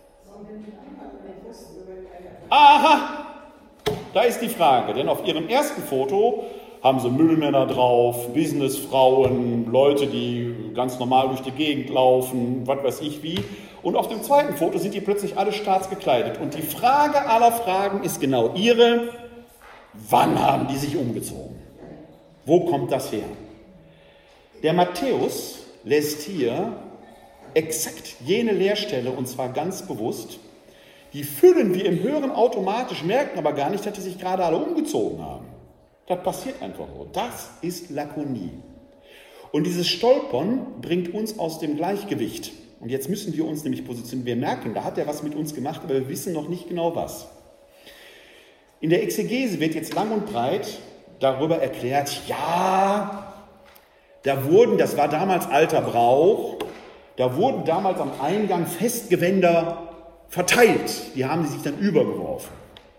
Aha, da ist die Frage, denn auf Ihrem ersten Foto haben Sie Müllmänner drauf, Businessfrauen, Leute, die ganz normal durch die Gegend laufen, was weiß ich wie. Und auf dem zweiten Foto sind die plötzlich alle staatsgekleidet. Und die Frage aller Fragen ist genau Ihre: Wann haben die sich umgezogen? Wo kommt das her? Der Matthäus lässt hier exakt jene Leerstelle, und zwar ganz bewusst. Die füllen wir im Hören automatisch, merken aber gar nicht, dass die sich gerade alle umgezogen haben. Das passiert einfach so. Das ist Lakonie. Und dieses Stolpern bringt uns aus dem Gleichgewicht. Und jetzt müssen wir uns nämlich positionieren. Wir merken, da hat er was mit uns gemacht, aber wir wissen noch nicht genau was. In der Exegese wird jetzt lang und breit darüber erklärt, ja, da wurden, das war damals alter Brauch, da wurden damals am Eingang Festgewänder verteilt. Die haben sie sich dann übergeworfen.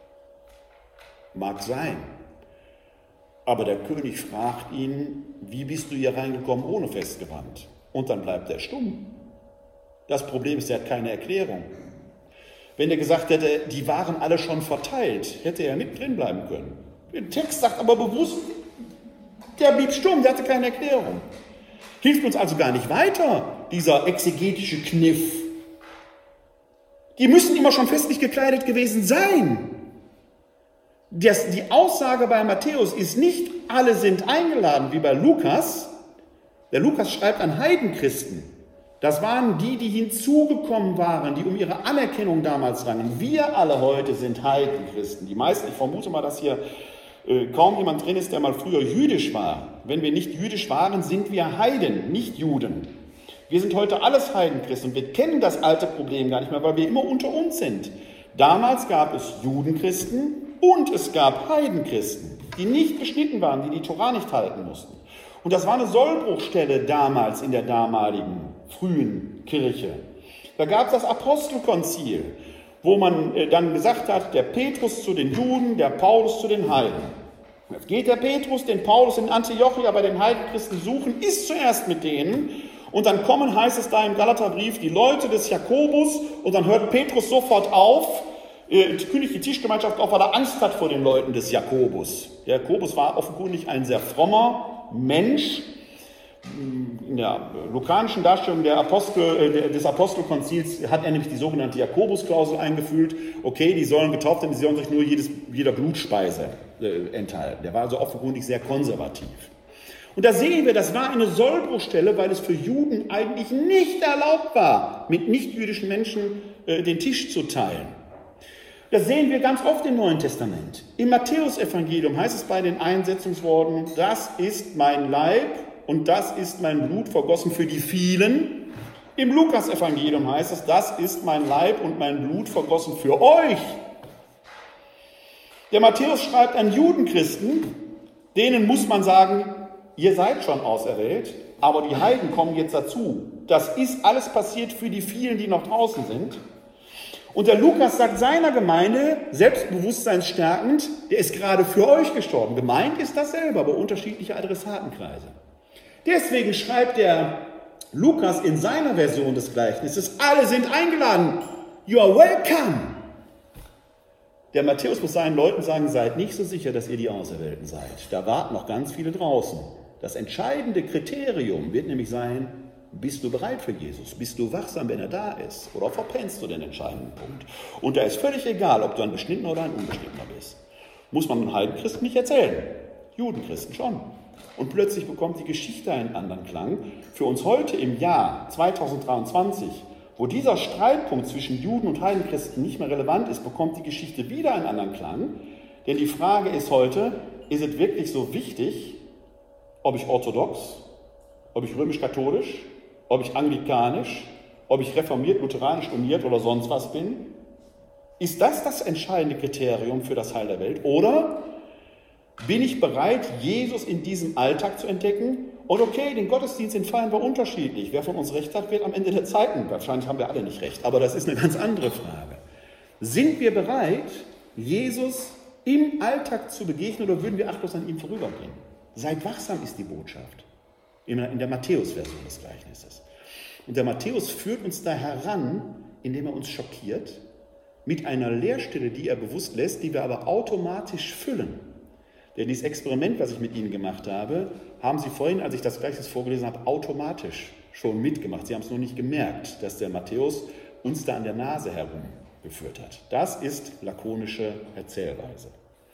Mag sein. Aber der König fragt ihn: Wie bist du hier reingekommen ohne Festgewand? Und dann bleibt er stumm. Das Problem ist, er hat keine Erklärung. Wenn er gesagt hätte, die waren alle schon verteilt, hätte er mit drin bleiben können. Der Text sagt aber bewusst, der blieb stumm, der hatte keine Erklärung. Hilft uns also gar nicht weiter, dieser exegetische Kniff. Die müssen immer schon festlich gekleidet gewesen sein. Das, die Aussage bei Matthäus ist nicht, alle sind eingeladen, wie bei Lukas. Der Lukas schreibt an Heidenchristen. Das waren die, die hinzugekommen waren, die um ihre Anerkennung damals rangen. Wir alle heute sind Heidenchristen. Die meisten, ich vermute mal, dass hier äh, kaum jemand drin ist, der mal früher jüdisch war. Wenn wir nicht jüdisch waren, sind wir Heiden, nicht Juden. Wir sind heute alles Heidenchristen und wir kennen das alte Problem gar nicht mehr, weil wir immer unter uns sind. Damals gab es Judenchristen und es gab Heidenchristen, die nicht beschnitten waren, die die Tora nicht halten mussten. Und das war eine Sollbruchstelle damals in der damaligen frühen Kirche. Da gab es das Apostelkonzil, wo man dann gesagt hat, der Petrus zu den Juden, der Paulus zu den Heiden. Jetzt geht der Petrus den Paulus in Antiochia bei den Heidenchristen suchen, ist zuerst mit denen. Und dann kommen, heißt es da im Galaterbrief, die Leute des Jakobus, und dann hört Petrus sofort auf, äh, kündigt die Tischgemeinschaft auf, weil er Angst hat vor den Leuten des Jakobus. Der Jakobus war offenkundig ein sehr frommer Mensch. In der lukanischen Darstellung der Apostel, äh, des Apostelkonzils hat er nämlich die sogenannte Jakobusklausel eingeführt. Okay, die sollen getauft werden, die sollen sich nur jedes, jeder Blutspeise äh, enthalten. Der war also offenkundig sehr konservativ. Und da sehen wir, das war eine Sollbruchstelle, weil es für Juden eigentlich nicht erlaubt war, mit nichtjüdischen Menschen äh, den Tisch zu teilen. Das sehen wir ganz oft im Neuen Testament. Im Matthäusevangelium heißt es bei den Einsetzungsworten, das ist mein Leib und das ist mein Blut vergossen für die vielen. Im Lukasevangelium heißt es, das ist mein Leib und mein Blut vergossen für euch. Der Matthäus schreibt an Judenchristen, denen muss man sagen, ihr seid schon auserwählt, aber die Heiden kommen jetzt dazu. Das ist alles passiert für die vielen, die noch draußen sind. Und der Lukas sagt seiner Gemeinde, selbstbewusstseinsstärkend, der ist gerade für euch gestorben. Gemeint ist dasselbe, aber unterschiedliche Adressatenkreise. Deswegen schreibt der Lukas in seiner Version des Gleichnisses, alle sind eingeladen. You are welcome. Der Matthäus muss seinen Leuten sagen, seid nicht so sicher, dass ihr die Auserwählten seid. Da warten noch ganz viele draußen. Das entscheidende Kriterium wird nämlich sein, bist du bereit für Jesus? Bist du wachsam, wenn er da ist? Oder verpennst du den entscheidenden Punkt? Und da ist völlig egal, ob du ein Beschnittener oder ein Unbeschnittener bist. Muss man einen Heidenchristen nicht erzählen. Judenchristen schon. Und plötzlich bekommt die Geschichte einen anderen Klang. Für uns heute im Jahr zweitausenddreiundzwanzig, wo dieser Streitpunkt zwischen Juden und Heidenchristen nicht mehr relevant ist, bekommt die Geschichte wieder einen anderen Klang. Denn die Frage ist heute, ist es wirklich so wichtig, ob ich orthodox, ob ich römisch-katholisch, ob ich anglikanisch, ob ich reformiert, lutheranisch, uniert oder sonst was bin? Ist das das entscheidende Kriterium für das Heil der Welt? Oder bin ich bereit, Jesus in diesem Alltag zu entdecken? Und okay, den Gottesdienst, den feiern wir unterschiedlich. Wer von uns recht hat, wird am Ende der Zeiten. Wahrscheinlich haben wir alle nicht recht, aber das ist eine ganz andere Frage. Sind wir bereit, Jesus im Alltag zu begegnen oder würden wir achtlos an ihm vorübergehen? Seid wachsam ist die Botschaft. In der Matthäus-Version des Gleichnisses. Und der Matthäus führt uns da heran, indem er uns schockiert, mit einer Leerstelle, die er bewusst lässt, die wir aber automatisch füllen. Denn dieses Experiment, was ich mit Ihnen gemacht habe, haben Sie vorhin, als ich das Gleichnis vorgelesen habe, automatisch schon mitgemacht. Sie haben es nur nicht gemerkt, dass der Matthäus uns da an der Nase herumgeführt hat. Das ist lakonische Erzählweise.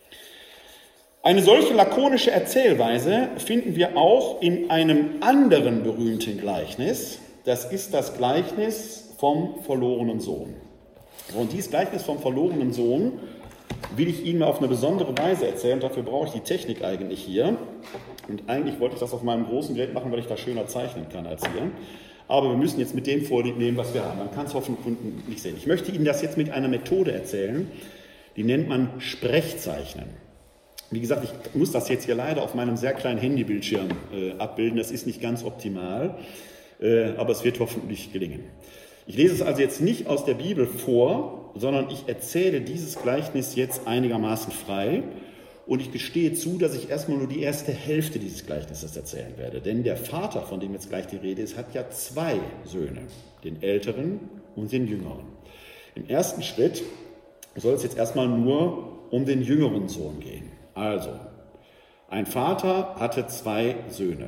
Eine solche lakonische Erzählweise finden wir auch in einem anderen berühmten Gleichnis. Das ist das Gleichnis vom verlorenen Sohn. Und dieses Gleichnis vom verlorenen Sohn will ich Ihnen auf eine besondere Weise erzählen. Dafür brauche ich die Technik eigentlich hier. Und eigentlich wollte ich das auf meinem großen Gerät machen, weil ich da schöner zeichnen kann als hier. Aber wir müssen jetzt mit dem Vorlieb nehmen, was wir haben. Man kann es hoffentlich nicht sehen. Ich möchte Ihnen das jetzt mit einer Methode erzählen, die nennt man Sprechzeichnen. Wie gesagt, ich muss das jetzt hier leider auf meinem sehr kleinen Handybildschirm äh, abbilden. Das ist nicht ganz optimal, äh, aber es wird hoffentlich gelingen. Ich lese es also jetzt nicht aus der Bibel vor, sondern ich erzähle dieses Gleichnis jetzt einigermaßen frei. Und ich gestehe zu, dass ich erstmal nur die erste Hälfte dieses Gleichnisses erzählen werde. Denn der Vater, von dem jetzt gleich die Rede ist, hat ja zwei Söhne, den älteren und den jüngeren. Im ersten Schritt soll es jetzt erstmal nur um den jüngeren Sohn gehen. Also, ein Vater hatte zwei Söhne.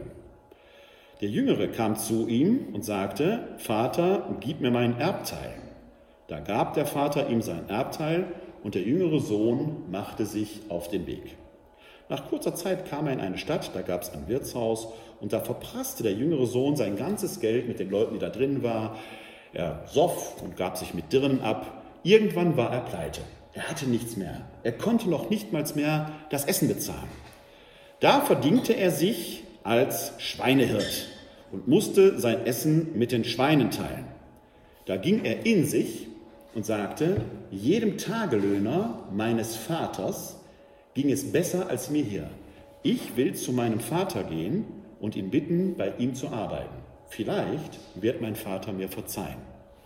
Der Jüngere kam zu ihm und sagte, Vater, gib mir meinen Erbteil. Da gab der Vater ihm sein Erbteil und der jüngere Sohn machte sich auf den Weg. Nach kurzer Zeit kam er in eine Stadt, da gab es ein Wirtshaus und da verprasste der jüngere Sohn sein ganzes Geld mit den Leuten, die da drin waren. Er soff und gab sich mit Dirnen ab. Irgendwann war er pleite. Er hatte nichts mehr. Er konnte noch nicht mal mehr das Essen bezahlen. Da verdingte er sich als Schweinehirt und musste sein Essen mit den Schweinen teilen. Da ging er in sich und sagte, jedem Tagelöhner meines Vaters ging es besser als mir hier. Ich will zu meinem Vater gehen und ihn bitten, bei ihm zu arbeiten. Vielleicht wird mein Vater mir verzeihen.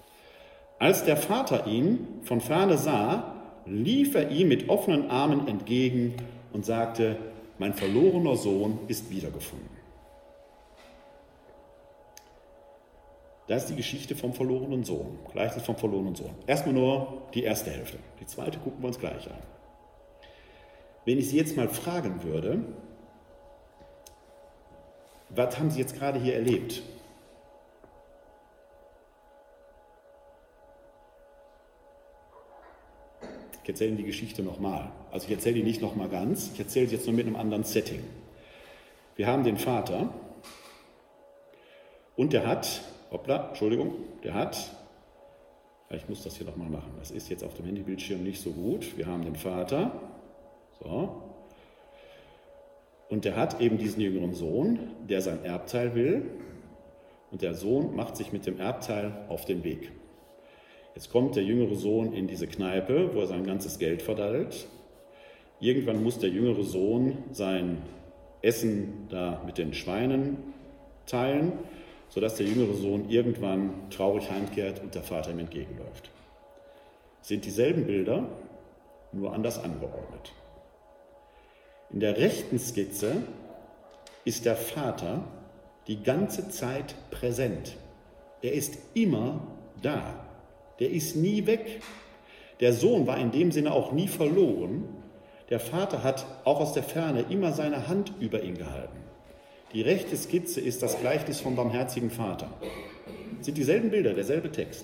Als der Vater ihn von ferne sah, lief er ihm mit offenen Armen entgegen und sagte, mein verlorener Sohn ist wiedergefunden. Das ist die Geschichte vom verlorenen Sohn, Gleichnis vom verlorenen Sohn. Erstmal nur die erste Hälfte, die zweite gucken wir uns gleich an. Wenn ich Sie jetzt mal fragen würde, was haben Sie jetzt gerade hier erlebt? Ich erzähle Ihnen die Geschichte nochmal. Also ich erzähle die nicht nochmal ganz, ich erzähle sie jetzt nur mit einem anderen Setting. Wir haben den Vater und der hat, hoppla, Entschuldigung, der hat Ich muss das hier nochmal machen. Das ist jetzt auf dem Handybildschirm nicht so gut. Wir haben den Vater. So. Und der hat eben diesen jüngeren Sohn, der sein Erbteil will. Und der Sohn macht sich mit dem Erbteil auf den Weg. Jetzt kommt der jüngere Sohn in diese Kneipe, wo er sein ganzes Geld verdaddelt. Irgendwann muss der jüngere Sohn sein Essen da mit den Schweinen teilen, sodass der jüngere Sohn irgendwann traurig heimkehrt und der Vater ihm entgegenläuft. Es sind dieselben Bilder, nur anders angeordnet. In der rechten Skizze ist der Vater die ganze Zeit präsent. Er ist immer da. Der ist nie weg. Der Sohn war in dem Sinne auch nie verloren. Der Vater hat auch aus der Ferne immer seine Hand über ihn gehalten. Die rechte Skizze ist das Gleichnis vom barmherzigen Vater. Es sind dieselben Bilder, derselbe Text.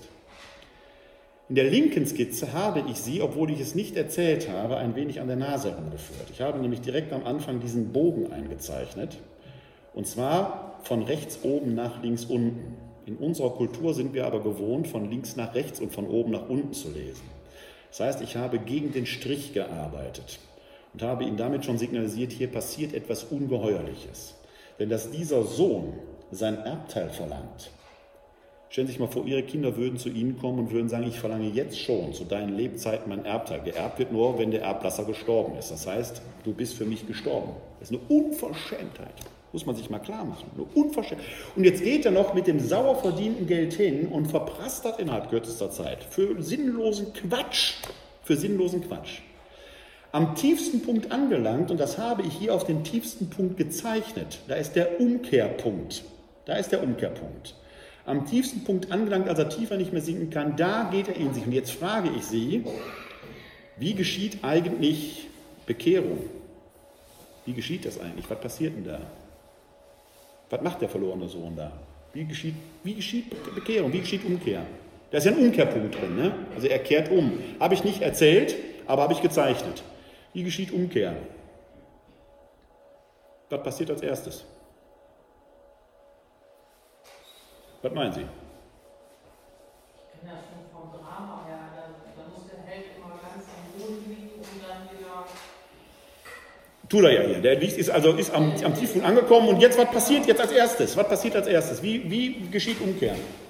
In der linken Skizze habe ich sie, obwohl ich es nicht erzählt habe, ein wenig an der Nase herumgeführt. Ich habe nämlich direkt am Anfang diesen Bogen eingezeichnet. Und zwar von rechts oben nach links unten. In unserer Kultur sind wir aber gewohnt, von links nach rechts und von oben nach unten zu lesen. Das heißt, ich habe gegen den Strich gearbeitet und habe ihm damit schon signalisiert, hier passiert etwas Ungeheuerliches. Denn dass dieser Sohn sein Erbteil verlangt. Stellen Sie sich mal vor, Ihre Kinder würden zu Ihnen kommen und würden sagen, ich verlange jetzt schon zu deinen Lebzeiten mein Erbteil. Geerbt wird nur, wenn der Erblasser gestorben ist. Das heißt, du bist für mich gestorben. Das ist eine Unverschämtheit. Muss man sich mal klar machen. Eine Unverschämtheit. Und jetzt geht er noch mit dem sauer verdienten Geld hin und verprasst das innerhalb kürzester Zeit. Für sinnlosen Quatsch. Für sinnlosen Quatsch. Am tiefsten Punkt angelangt, und das habe ich hier auf den tiefsten Punkt gezeichnet, da ist der Umkehrpunkt. Da ist der Umkehrpunkt. Am tiefsten Punkt angelangt, als er tiefer nicht mehr sinken kann, da geht er in sich. Und jetzt frage ich Sie, wie geschieht eigentlich Bekehrung? Wie geschieht das eigentlich? Was passiert denn da? Was macht der verlorene Sohn da? Wie geschieht, wie geschieht Bekehrung? Wie geschieht Umkehr? Da ist ja ein Umkehrpunkt drin. Ne? Also er kehrt um. Habe ich nicht erzählt, aber habe ich gezeichnet. Wie geschieht Umkehr? Was passiert als erstes? Was meinen Sie?
Ich kenne das schon vom Drama her. Da, da muss der Held immer ganz am Boden liegen und dann wieder.
Tut er ja hier. Der ist also ist am, am Tiefpunkt angekommen und jetzt, was passiert jetzt als erstes? Was passiert als erstes? Wie, wie geschieht Umkehr?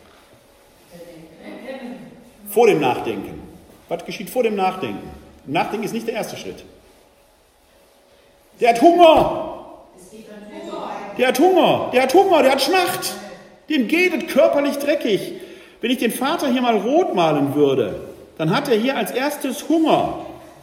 Vor dem Nachdenken. Was geschieht vor dem Nachdenken? Nachdenken ist nicht der erste Schritt. Der hat Hunger. Der hat Hunger. Der hat Hunger. Der hat Schmacht. Dem geht es körperlich dreckig. Wenn ich den Vater hier mal rot malen würde, dann hat er hier als erstes Hunger.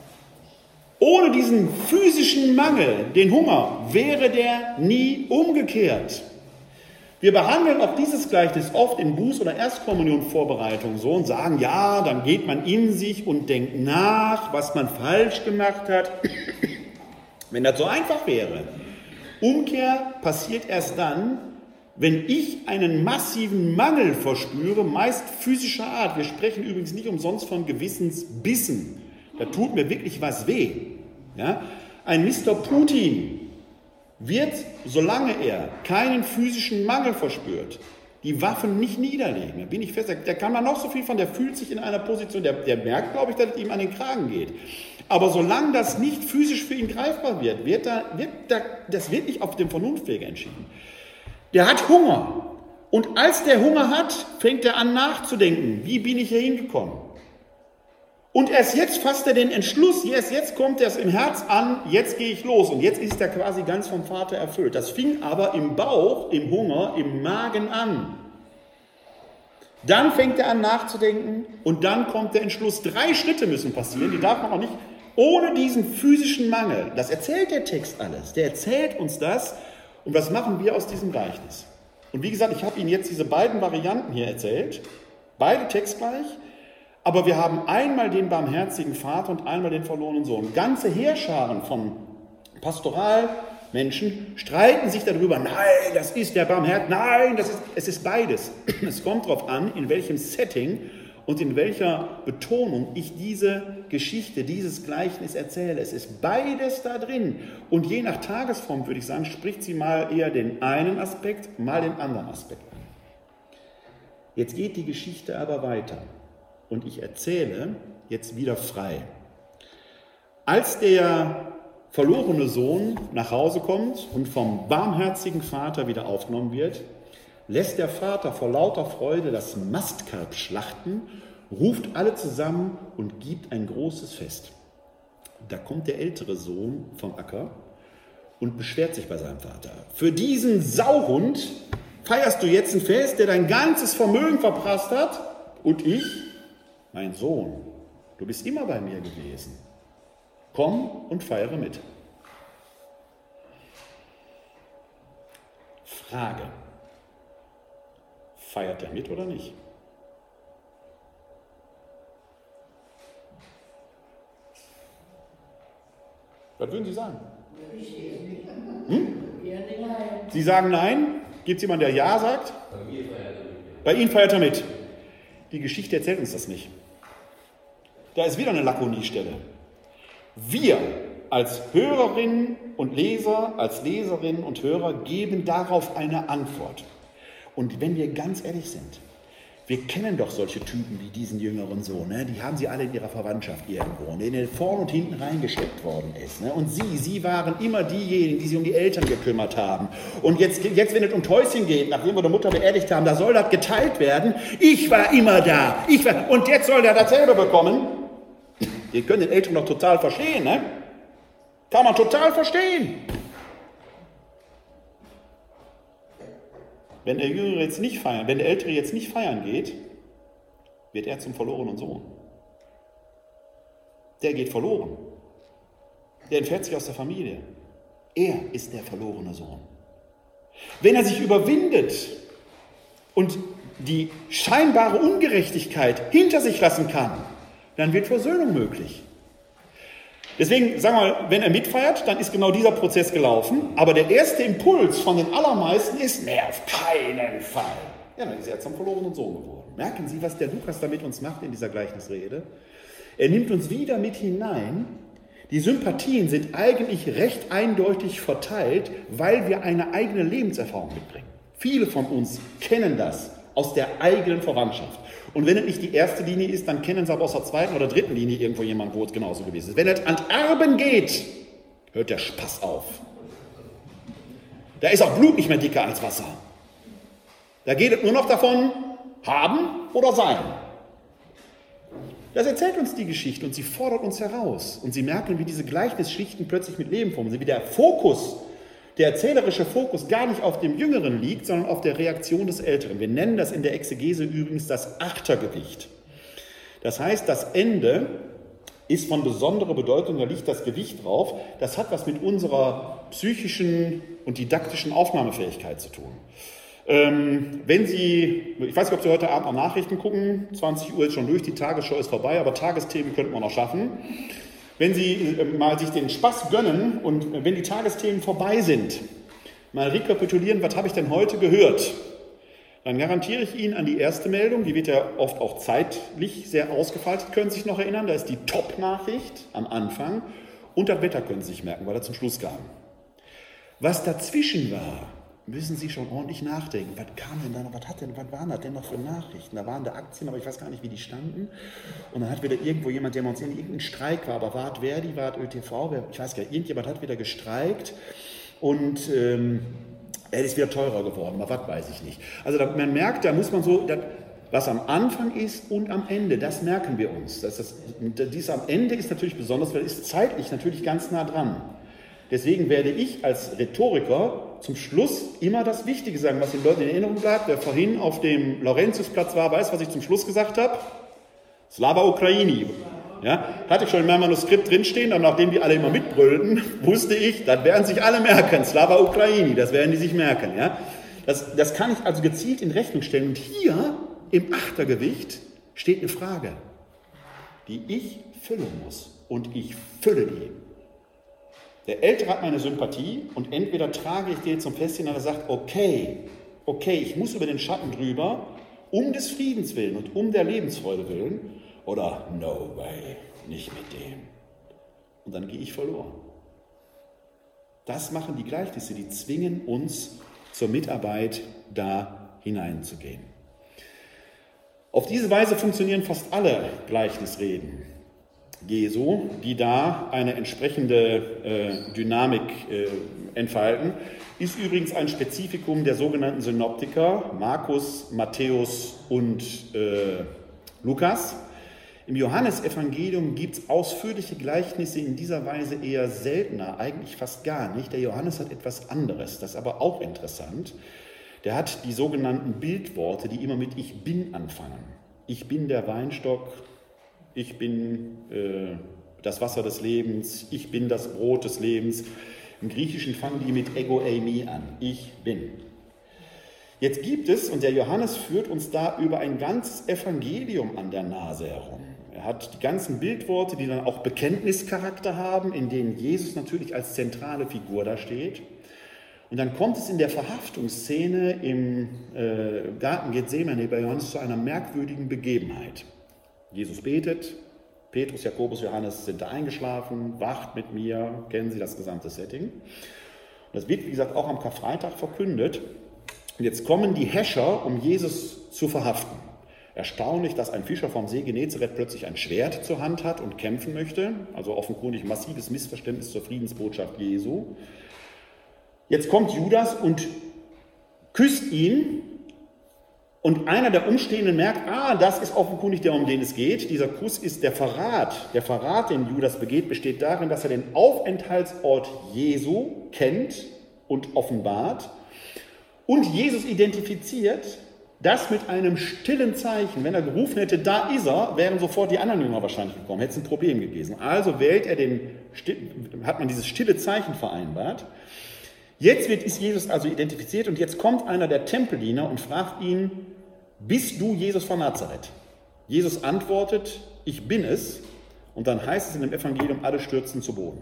Ohne diesen physischen Mangel, den Hunger, wäre der nie umgekehrt. Wir behandeln auch dieses Gleichnis oft in Buß- oder Erstkommunionvorbereitung so und sagen, ja, dann geht man in sich und denkt nach, was man falsch gemacht hat. Wenn das so einfach wäre. Umkehr passiert erst dann, wenn ich einen massiven Mangel verspüre, meist physischer Art. Wir sprechen übrigens nicht umsonst von Gewissensbissen. Da tut mir wirklich was weh. Ja? Ein Mister Putin wird, solange er keinen physischen Mangel verspürt, die Waffen nicht niederlegen. Da bin ich fest, der kann man noch so viel von, der fühlt sich in einer Position, der, der merkt, glaube ich, dass es ihm an den Kragen geht. Aber solange das nicht physisch für ihn greifbar wird, wird, da, wird da, das wird nicht auf dem Vernunftweg entschieden. Der hat Hunger. Und als der Hunger hat, fängt er an nachzudenken. Wie bin ich hier hingekommen? Und erst jetzt fasst er den Entschluss, erst jetzt kommt er es im Herz an, jetzt gehe ich los. Und jetzt ist er quasi ganz vom Vater erfüllt. Das fing aber im Bauch, im Hunger, im Magen an. Dann fängt er an nachzudenken und dann kommt der Entschluss. Drei Schritte müssen passieren, die darf man auch nicht, ohne diesen physischen Mangel. Das erzählt der Text alles. Der erzählt uns das. Und was machen wir aus diesem Gleichnis? Und wie gesagt, ich habe Ihnen jetzt diese beiden Varianten hier erzählt, beide textgleich, aber wir haben einmal den barmherzigen Vater und einmal den verlorenen Sohn. Ganze Heerscharen von Pastoralmenschen streiten sich darüber, nein, das ist der Barmherzige, nein, das ist, es ist beides. Es kommt darauf an, in welchem Setting und in welcher Betonung ich diese Geschichte, dieses Gleichnis erzähle. Es ist beides da drin. Und je nach Tagesform, würde ich sagen, spricht sie mal eher den einen Aspekt, mal den anderen Aspekt an. Jetzt geht die Geschichte aber weiter. und ich erzähle jetzt wieder frei. Als der verlorene Sohn nach Hause kommt und vom barmherzigen Vater wieder aufgenommen wird, lässt der Vater vor lauter Freude das Mastkalb schlachten, ruft alle zusammen und gibt ein großes Fest. Da kommt der ältere Sohn vom Acker und beschwert sich bei seinem Vater. Für diesen Sauhund feierst du jetzt ein Fest, der dein ganzes Vermögen verprasst hat? Und ich, mein Sohn, du bist immer bei mir gewesen. Komm und feiere mit. Frage. Feiert er mit oder nicht? Was würden Sie sagen? Hm? Sie sagen nein? Gibt es jemanden, der ja sagt? Bei Ihnen feiert er mit. Die Geschichte erzählt uns das nicht. Da ist wieder eine Lakoniestelle. Wir als Hörerinnen und Leser, als Leserinnen und Hörer geben darauf eine Antwort. Und wenn wir ganz ehrlich sind, wir kennen doch solche Typen wie diesen jüngeren Sohn, ne? Die haben sie alle in ihrer Verwandtschaft irgendwo, der vorn und hinten reingesteckt worden ist. Ne? Und sie, sie waren immer diejenigen, die sich um die Eltern gekümmert haben. Und jetzt, jetzt, wenn es um Täuschen geht, nachdem wir die Mutter beerdigt haben, da soll das geteilt werden. Ich war immer da. Ich war, und jetzt soll der dasselbe bekommen. Ihr könnt den Eltern doch total verstehen, ne? Kann man total verstehen. Wenn der Jüngere jetzt nicht feiern, wenn der Ältere jetzt nicht feiern geht, wird er zum verlorenen Sohn. Der geht verloren. Der entfernt sich aus der Familie. Er ist der verlorene Sohn. Wenn er sich überwindet und die scheinbare Ungerechtigkeit hinter sich lassen kann, dann wird Versöhnung möglich. Deswegen, sagen wir mal, wenn er mitfeiert, dann ist genau dieser Prozess gelaufen. Aber der erste Impuls von den allermeisten ist, nee, auf keinen Fall. Ja, dann ist er zum verlorenen Sohn geworden. Merken Sie, was der Lukas da mit uns macht in dieser Gleichnisrede? Er nimmt uns wieder mit hinein. Die Sympathien sind eigentlich recht eindeutig verteilt, weil wir eine eigene Lebenserfahrung mitbringen. Viele von uns kennen das aus der eigenen Verwandtschaft. Und wenn es nicht die erste Linie ist, dann kennen sie aber aus der zweiten oder dritten Linie irgendwo jemanden, wo es genauso gewesen ist. Wenn es an Erben geht, hört der Spaß auf. Da ist auch Blut nicht mehr dicker als Wasser. Da geht es nur noch davon, haben oder sein. Das erzählt uns die Geschichte und sie fordert uns heraus. Und Sie merken, wie diese Gleichnisschichten plötzlich mit Leben formen, wie der Fokus, der erzählerische Fokus gar nicht auf dem Jüngeren liegt, sondern auf der Reaktion des Älteren. Wir nennen das in der Exegese übrigens das Achtergewicht. Das heißt, das Ende ist von besonderer Bedeutung, da liegt das Gewicht drauf. Das hat was mit unserer psychischen und didaktischen Aufnahmefähigkeit zu tun. Ähm, wenn Sie, ich weiß nicht, ob Sie heute Abend noch Nachrichten gucken, zwanzig Uhr ist schon durch, die Tagesschau ist vorbei, aber Tagesthemen könnten wir noch schaffen. Wenn Sie mal sich den Spaß gönnen und wenn die Tagesthemen vorbei sind, mal rekapitulieren, was habe ich denn heute gehört, dann garantiere ich Ihnen an die erste Meldung, die wird ja oft auch zeitlich sehr ausgefaltet, können Sie sich noch erinnern, da ist die Top-Nachricht am Anfang und das Wetter können Sie sich merken, weil er zum Schluss kam. Was dazwischen war, müssen Sie schon ordentlich nachdenken. Was kam denn da noch? Was, hat denn, was waren das denn noch für Nachrichten? Da waren da Aktien, aber ich weiß gar nicht, wie die standen. Und dann hat wieder irgendwo jemand demonstriert, irgendein Streik war, aber war es Verdi, war es ÖTV, ich weiß gar nicht, irgendjemand hat wieder gestreikt und ähm, er ist wieder teurer geworden, aber was weiß ich nicht. Also da, man merkt, da muss man so, das, was am Anfang ist und am Ende, das merken wir uns. Das, das, dies am Ende ist natürlich besonders, weil es ist zeitlich natürlich ganz nah dran. Deswegen werde ich als Rhetoriker zum Schluss immer das Wichtige sagen, was den Leuten in Erinnerung bleibt. Wer vorhin auf dem Laurentiusplatz war, weiß, was ich zum Schluss gesagt habe. Slava Ukraini. Ja, hatte ich schon in meinem Manuskript drinstehen, und nachdem die alle immer mitbrüllten, wusste ich, das werden sich alle merken. Slava Ukraini, das werden die sich merken. Ja? Das, das kann ich also gezielt in Rechnung stellen. Und hier im Achtergewicht steht eine Frage, die ich füllen muss. Und ich fülle die. Der Ältere hat meine Sympathie und entweder trage ich den zum Fest hin, und er sagt, okay, okay, ich muss über den Schatten drüber, um des Friedens willen und um der Lebensfreude willen, oder no way, nicht mit dem. Und dann gehe ich verloren. Das machen die Gleichnisse, die zwingen uns zur Mitarbeit, da hineinzugehen. Auf diese Weise funktionieren fast alle Gleichnisreden Jesu, die da eine entsprechende äh, Dynamik äh, entfalten. Ist übrigens ein Spezifikum der sogenannten Synoptiker, Markus, Matthäus und äh, Lukas. Im Johannesevangelium gibt es ausführliche Gleichnisse in dieser Weise eher seltener, eigentlich fast gar nicht. Der Johannes hat etwas anderes, das ist aber auch interessant. Der hat die sogenannten Bildworte, die immer mit Ich bin anfangen. Ich bin der Weinstock, ich bin äh, das Wasser des Lebens, ich bin das Brot des Lebens. Im Griechischen fangen die mit Ego eimi an, ich bin. Jetzt gibt es, und der Johannes führt uns da über ein ganzes Evangelium an der Nase herum. Er hat die ganzen Bildworte, die dann auch Bekenntnischarakter haben, in denen Jesus natürlich als zentrale Figur da steht. Und dann kommt es in der Verhaftungsszene im äh, Garten Gethsemane bei Johannes zu einer merkwürdigen Begebenheit. Jesus betet, Petrus, Jakobus, Johannes sind da eingeschlafen, wacht mit mir, kennen Sie das gesamte Setting. Und das wird, wie gesagt, auch am Karfreitag verkündet. Und jetzt kommen die Häscher, um Jesus zu verhaften. Erstaunlich, dass ein Fischer vom See Genezareth plötzlich ein Schwert zur Hand hat und kämpfen möchte. Also offenkundig massives Missverständnis zur Friedensbotschaft Jesu. Jetzt kommt Judas und küsst ihn. Und einer der Umstehenden merkt, ah, das ist offenkundig der, um den es geht. Dieser Kuss ist der Verrat. Der Verrat, den Judas begeht, besteht darin, dass er den Aufenthaltsort Jesu kennt und offenbart. Und Jesus identifiziert das mit einem stillen Zeichen. Wenn er gerufen hätte, da ist er, wären sofort die anderen Jünger wahrscheinlich gekommen, hätte es ein Problem gewesen. Also wählt er den, hat man dieses stille Zeichen vereinbart. Jetzt wird, ist Jesus also identifiziert und jetzt kommt einer der Tempeldiener und fragt ihn, bist du Jesus von Nazareth? Jesus antwortet, ich bin es. Und dann heißt es in dem Evangelium, alle stürzen zu Boden.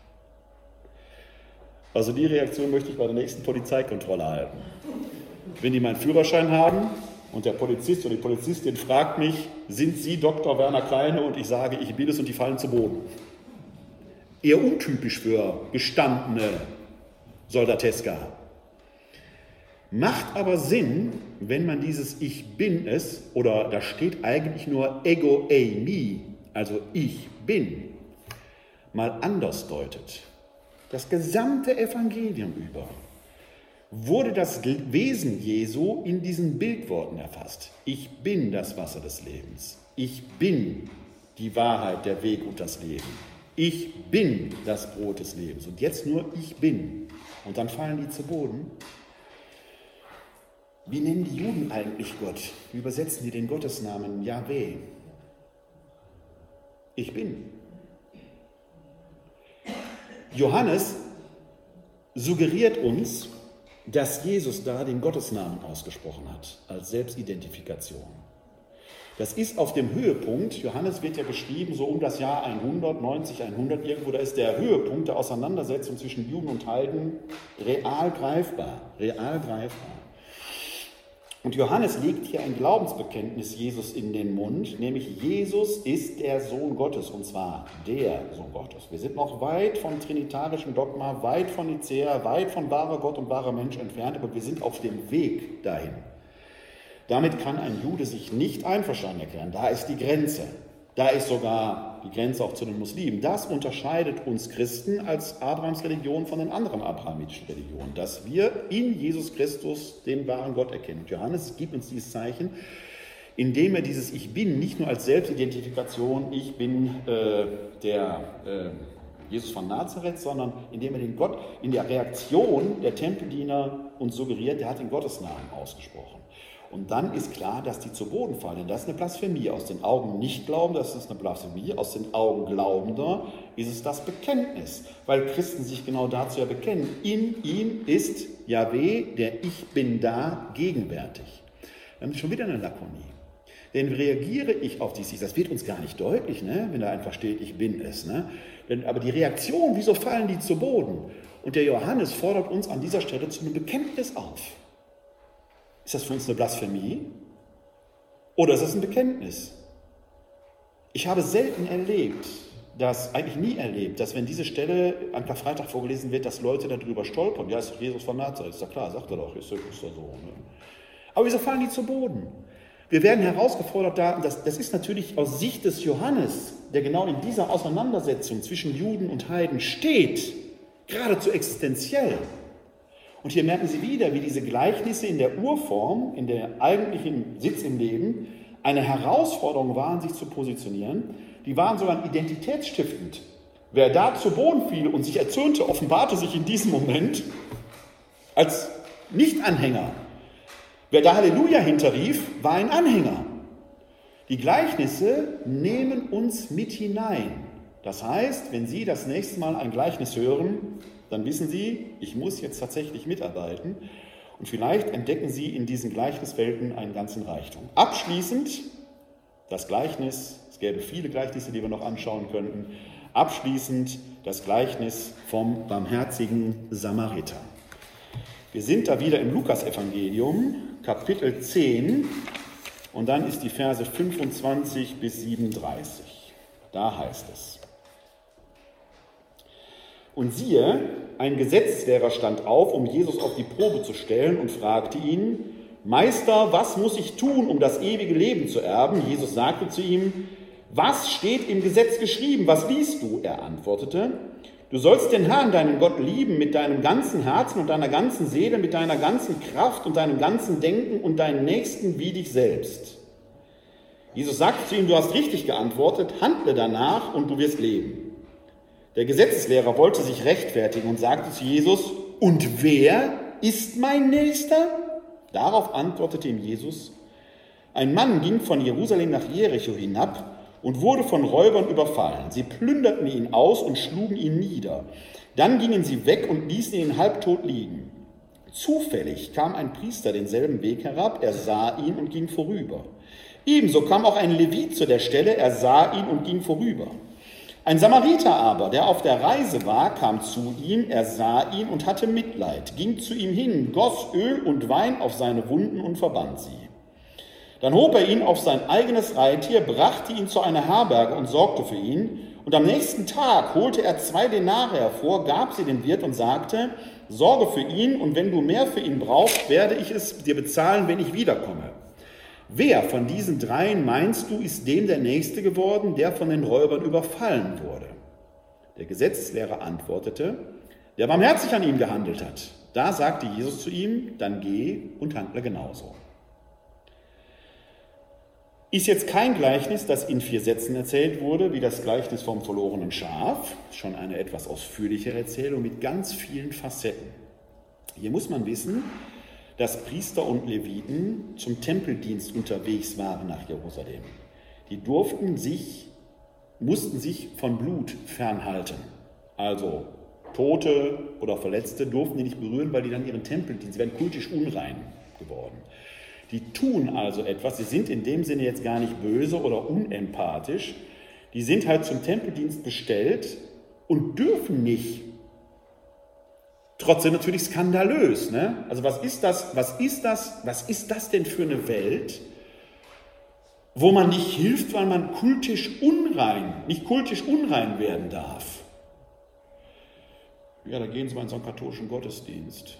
Also die Reaktion möchte ich bei der nächsten Polizeikontrolle halten. Wenn die meinen Führerschein haben und der Polizist oder die Polizistin fragt mich, sind Sie Doktor Werner Kleine? Und ich sage, ich bin es, und die fallen zu Boden. Eher untypisch für gestandene Soldateska. Macht aber Sinn, wenn man dieses Ich bin es, oder da steht eigentlich nur Ego eimi, also ich bin, mal anders deutet. Das gesamte Evangelium über wurde das Wesen Jesu in diesen Bildworten erfasst. Ich bin das Wasser des Lebens. Ich bin die Wahrheit, der Weg und das Leben. Ich bin das Brot des Lebens. Und jetzt nur ich bin. Und dann fallen die zu Boden. Wie nennen die Juden eigentlich Gott? Wie übersetzen die den Gottesnamen Jahwe? Ich bin. Johannes suggeriert uns, dass Jesus da den Gottesnamen ausgesprochen hat, als Selbstidentifikation. Das ist auf dem Höhepunkt, Johannes wird ja beschrieben, so um das Jahr hundert, neunzig, hundert irgendwo, da ist der Höhepunkt der Auseinandersetzung zwischen Juden und Heiden real greifbar, real greifbar. Und Johannes legt hier ein Glaubensbekenntnis Jesus in den Mund, nämlich Jesus ist der Sohn Gottes, und zwar der Sohn Gottes. Wir sind noch weit von trinitarischem Dogma, weit von Nicäa, weit von wahrer Gott und wahrer Mensch entfernt, aber wir sind auf dem Weg dahin. Damit kann ein Jude sich nicht einverstanden erklären. Da ist die Grenze. Da ist sogar die Grenze auch zu den Muslimen. Das unterscheidet uns Christen als Abrahams Religion von den anderen abrahamitischen Religionen, dass wir in Jesus Christus den wahren Gott erkennen. Und Johannes gibt uns dieses Zeichen, indem er dieses Ich Bin nicht nur als Selbstidentifikation, ich bin äh, der äh, Jesus von Nazareth, sondern indem er den Gott in der Reaktion der Tempeldiener uns suggeriert, der hat den Gottesnamen ausgesprochen. Und dann ist klar, dass die zu Boden fallen. Das ist eine Blasphemie. Aus den Augen Nichtglaubender ist es eine Blasphemie. Aus den Augen Glaubender ist es das Bekenntnis. Weil Christen sich genau dazu ja bekennen. In ihm ist Jahwe, der Ich Bin da, gegenwärtig. Wir haben schon wieder eine Lakonie. Denn reagiere ich auf dies, das wird uns gar nicht deutlich, ne? Wenn da einfach steht, ich bin es. Ne? Denn, aber die Reaktion, wieso fallen die zu Boden? Und der Johannes fordert uns an dieser Stelle zu einem Bekenntnis auf. Ist das für uns eine Blasphemie? Oder ist das ein Bekenntnis? Ich habe selten erlebt, dass, eigentlich nie erlebt, dass wenn diese Stelle an Karfreitag vorgelesen wird, dass Leute darüber stolpern. Ja, ist doch Jesus von Nazareth, ist doch klar, sagt er doch, ist doch so. Ne? Aber wieso fallen die zu Boden? Wir werden herausgefordert, da, das, das ist natürlich aus Sicht des Johannes, der genau in dieser Auseinandersetzung zwischen Juden und Heiden steht, geradezu existenziell. Und hier merken Sie wieder, wie diese Gleichnisse in der Urform, in der eigentlichen Sitz im Leben, eine Herausforderung waren, sich zu positionieren. Die waren sogar identitätsstiftend. Wer da zu Boden fiel und sich erzürnte, offenbarte sich in diesem Moment als Nicht-Anhänger. Wer da Halleluja hinterrief, war ein Anhänger. Die Gleichnisse nehmen uns mit hinein. Das heißt, wenn Sie das nächste Mal ein Gleichnis hören, dann wissen Sie, ich muss jetzt tatsächlich mitarbeiten. Und vielleicht entdecken Sie in diesen Gleichniswelten einen ganzen Reichtum. Abschließend das Gleichnis, es gäbe viele Gleichnisse, die wir noch anschauen könnten, abschließend das Gleichnis vom barmherzigen Samariter. Wir sind da wieder im Lukasevangelium, Kapitel zehn, und dann ist die Verse fünfundzwanzig bis siebenunddreißig. Da heißt es: Und siehe, ein Gesetzeslehrer stand auf, um Jesus auf die Probe zu stellen, und fragte ihn: Meister, was muss ich tun, um das ewige Leben zu erben? Jesus sagte zu ihm: Was steht im Gesetz geschrieben? Was liest du? Er antwortete: Du sollst den Herrn, deinen Gott, lieben mit deinem ganzen Herzen und deiner ganzen Seele, mit deiner ganzen Kraft und deinem ganzen Denken und deinen Nächsten wie dich selbst. Jesus sagte zu ihm: Du hast richtig geantwortet, handle danach und du wirst leben. Der Gesetzeslehrer wollte sich rechtfertigen und sagte zu Jesus: Und wer ist mein Nächster? Darauf antwortete ihm Jesus: Ein Mann ging von Jerusalem nach Jericho hinab und wurde von Räubern überfallen. Sie plünderten ihn aus und schlugen ihn nieder. Dann gingen sie weg und ließen ihn halbtot liegen. Zufällig kam ein Priester denselben Weg herab, er sah ihn und ging vorüber. Ebenso kam auch ein Levit zu der Stelle, er sah ihn und ging vorüber. Ein Samariter aber, der auf der Reise war, kam zu ihm, er sah ihn und hatte Mitleid, ging zu ihm hin, goss Öl und Wein auf seine Wunden und verband sie. Dann hob er ihn auf sein eigenes Reittier, brachte ihn zu einer Herberge und sorgte für ihn. Und am nächsten Tag holte er zwei Denare hervor, gab sie dem Wirt und sagte: Sorge für ihn, und wenn du mehr für ihn brauchst, werde ich es dir bezahlen, wenn ich wiederkomme. Wer von diesen dreien, meinst du, ist dem der Nächste geworden, der von den Räubern überfallen wurde? Der Gesetzeslehrer antwortete: Der barmherzig an ihm gehandelt hat. Da sagte Jesus zu ihm: Dann geh und handle genauso. Ist jetzt kein Gleichnis, das in vier Sätzen erzählt wurde, wie das Gleichnis vom verlorenen Schaf, schon eine etwas ausführlichere Erzählung mit ganz vielen Facetten. Hier muss man wissen, dass Priester und Leviten zum Tempeldienst unterwegs waren nach Jerusalem. Die durften sich, mussten sich von Blut fernhalten. Also Tote oder Verletzte durften die nicht berühren, weil die dann ihren Tempeldienst, sie wären kultisch unrein geworden. Die tun also etwas, sie sind in dem Sinne jetzt gar nicht böse oder unempathisch, die sind halt zum Tempeldienst bestellt und dürfen nicht. Trotzdem natürlich skandalös, ne? Also was ist das, was ist das, was ist das denn für eine Welt, wo man nicht hilft, weil man kultisch unrein, nicht kultisch unrein werden darf? Ja, da gehen Sie mal in so einen katholischen Gottesdienst.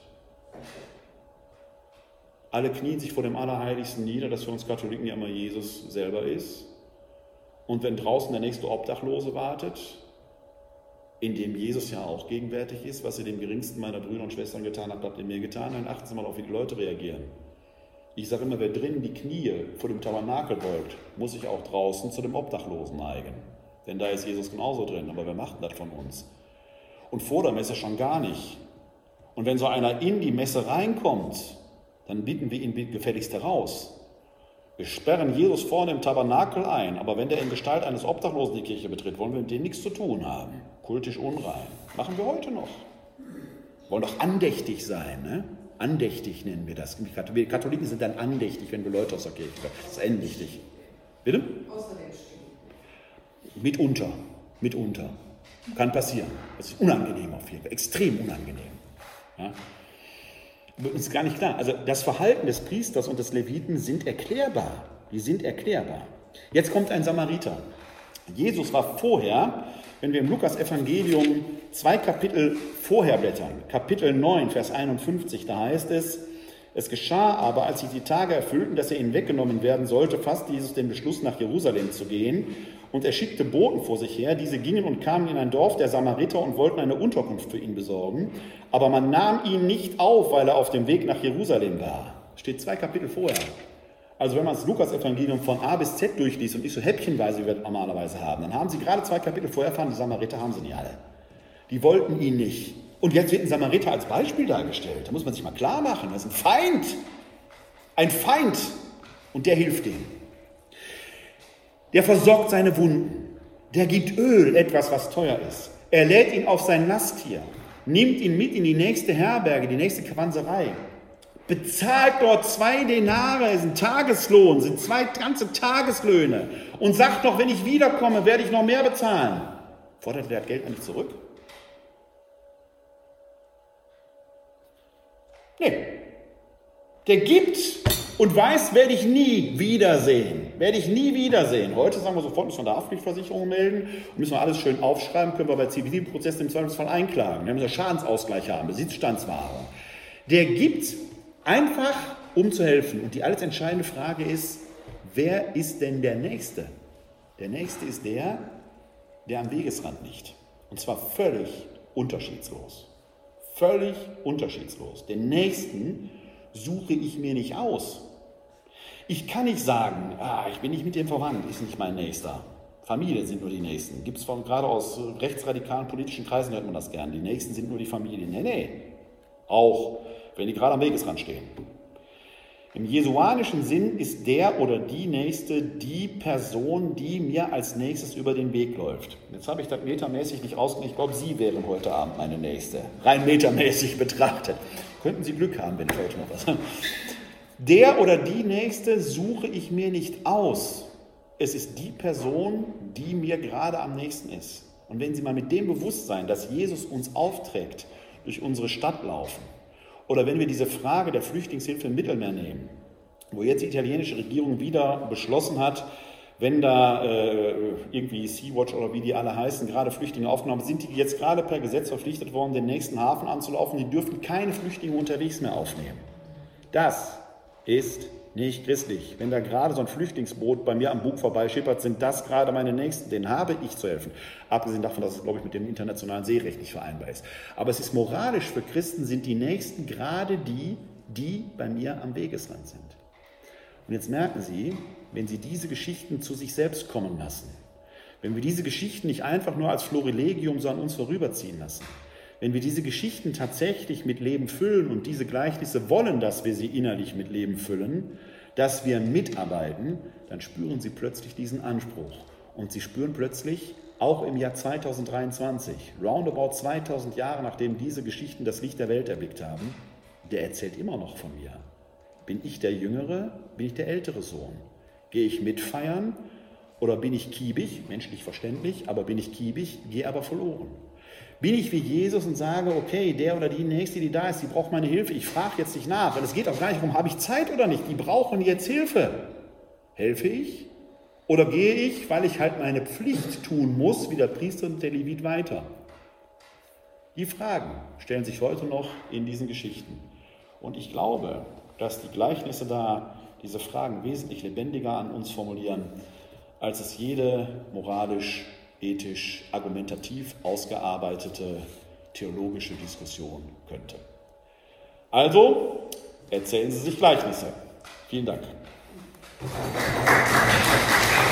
Alle knien sich vor dem Allerheiligsten nieder, das für uns Katholiken ja immer Jesus selber ist. Und wenn draußen der nächste Obdachlose wartet, in dem Jesus ja auch gegenwärtig ist, was ihr dem geringsten meiner Brüder und Schwestern getan habt, habt ihr mir getan, dann achten Sie mal auf, wie die Leute reagieren. Ich sage immer, wer drinnen die Knie vor dem Tabernakel beugt, muss sich auch draußen zu dem Obdachlosen neigen. Denn da ist Jesus genauso drin, aber wer macht das von uns? Und vor der Messe schon gar nicht. Und wenn so einer in die Messe reinkommt, dann bitten wir ihn gefälligst heraus. Wir sperren Jesus vorne im Tabernakel ein, aber wenn der in Gestalt eines Obdachlosen die Kirche betritt, wollen wir mit dem nichts zu tun haben. Kultisch unrein. Machen wir heute noch. Wir wollen doch andächtig sein, ne? Andächtig nennen wir das. Wir Katholiken sind dann andächtig, wenn wir Leute aus der Kirche kommen. Das ist andächtig. Bitte?
Außerdem stehen.
Mitunter. Mitunter. Kann passieren. Das ist unangenehm auf jeden Fall. Extrem unangenehm. Ja? Uns ist gar nicht klar. Also das Verhalten des Priesters und des Leviten sind erklärbar. Die sind erklärbar. Jetzt kommt ein Samariter. Jesus war vorher, wenn wir im Lukas-Evangelium zwei Kapitel vorher blättern, Kapitel neun, Vers einundfünfzig, da heißt es, Es geschah aber, als sich die Tage erfüllten, dass er ihnen weggenommen werden sollte, fasste Jesus den Beschluss, nach Jerusalem zu gehen. Und er schickte Boten vor sich her. Diese gingen und kamen in ein Dorf der Samariter und wollten eine Unterkunft für ihn besorgen. Aber man nahm ihn nicht auf, weil er auf dem Weg nach Jerusalem war. Steht zwei Kapitel vorher. Also wenn man das Lukas-Evangelium von A bis Z durchliest und nicht so häppchenweise, wie wir das normalerweise haben, dann haben sie gerade zwei Kapitel vorher erfahren, die Samariter haben sie nicht alle. Die wollten ihn nicht. Und jetzt wird ein Samariter als Beispiel dargestellt. Da muss man sich mal klar machen, das ist ein Feind. Ein Feind. Und der hilft ihm. Der versorgt seine Wunden. Der gibt Öl, etwas, was teuer ist. Er lädt ihn auf sein Lasttier. Nimmt ihn mit in die nächste Herberge, die nächste Kavanserei. Bezahlt dort zwei Denare, ist ein Tageslohn, sind zwei ganze Tageslöhne. Und sagt noch, wenn ich wiederkomme, werde ich noch mehr bezahlen. Fordert der das Geld eigentlich zurück? Nee. Der gibt und weiß, werde ich nie wiedersehen. Werde ich nie wiedersehen. Heute sagen wir sofort, müssen wir eine Haftpflichtversicherung melden und müssen wir alles schön aufschreiben, können wir bei zivilen Prozessen im Zweifelsfall einklagen. Wir müssen einen Schadensausgleich haben, Besitzstandswahrung. Der gibt einfach, um zu helfen. Und die alles entscheidende Frage ist, wer ist denn der Nächste? Der Nächste ist der, der am Wegesrand liegt. Und zwar völlig unterschiedslos. Völlig unterschiedslos. Den Nächsten suche ich mir nicht aus. Ich kann nicht sagen, ah, ich bin nicht mit dem verwandt, ist nicht mein Nächster. Familien sind nur die Nächsten. Gibt es gerade aus rechtsradikalen politischen Kreisen, hört man das gern. Die Nächsten sind nur die Familien. Nee, nee. Auch wenn die gerade am Wegesrand stehen. Im jesuanischen Sinn ist der oder die Nächste die Person, die mir als nächstes über den Weg läuft. Jetzt habe ich das metermäßig nicht ausgerechnet. Ich glaube, Sie wären heute Abend meine Nächste. Rein metermäßig betrachtet. Könnten Sie Glück haben, wenn ich heute noch was habe. Der oder die Nächste suche ich mir nicht aus. Es ist die Person, die mir gerade am nächsten ist. Und wenn Sie mal mit dem Bewusstsein, dass Jesus uns aufträgt, durch unsere Stadt laufen, oder wenn wir diese Frage der Flüchtlingshilfe im Mittelmeer nehmen, wo jetzt die italienische Regierung wieder beschlossen hat, wenn da äh, irgendwie Sea-Watch oder wie die alle heißen, gerade Flüchtlinge aufgenommen sind, die jetzt gerade per Gesetz verpflichtet worden, den nächsten Hafen anzulaufen, die dürfen keine Flüchtlinge unterwegs mehr aufnehmen. Das ist nicht christlich. Wenn da gerade so ein Flüchtlingsboot bei mir am Bug vorbeischippert, sind das gerade meine Nächsten, denen habe ich zu helfen. Abgesehen davon, dass es, glaube ich, mit dem internationalen Seerecht nicht vereinbar ist. Aber es ist moralisch, für Christen sind die Nächsten gerade die, die bei mir am Wegesrand sind. Und jetzt merken Sie, wenn Sie diese Geschichten zu sich selbst kommen lassen, wenn wir diese Geschichten nicht einfach nur als Florilegium, sondern uns vorüberziehen lassen, wenn wir diese Geschichten tatsächlich mit Leben füllen und diese Gleichnisse wollen, dass wir sie innerlich mit Leben füllen, dass wir mitarbeiten, dann spüren Sie plötzlich diesen Anspruch. Und Sie spüren plötzlich, auch im Jahr zweitausenddreiundzwanzig, roundabout zweitausend Jahre nachdem diese Geschichten das Licht der Welt erblickt haben, der erzählt immer noch von mir. Bin ich der Jüngere, bin ich der ältere Sohn? Gehe ich mitfeiern oder bin ich kiebig, menschlich verständlich, aber bin ich kiebig, gehe aber verloren? Bin ich wie Jesus und sage, okay, der oder die Nächste, die da ist, die braucht meine Hilfe. Ich frage jetzt nicht nach, weil es geht auch gar nicht darum, habe ich Zeit oder nicht. Die brauchen jetzt Hilfe. Helfe ich? Oder gehe ich, weil ich halt meine Pflicht tun muss, wie der Priester und der Levit weiter? Die Fragen stellen sich heute noch in diesen Geschichten. Und ich glaube, dass die Gleichnisse da diese Fragen wesentlich lebendiger an uns formulieren, als es jede moralisch ethisch, argumentativ ausgearbeitete theologische Diskussion könnte. Also, erzählen Sie sich Gleichnisse. Vielen Dank.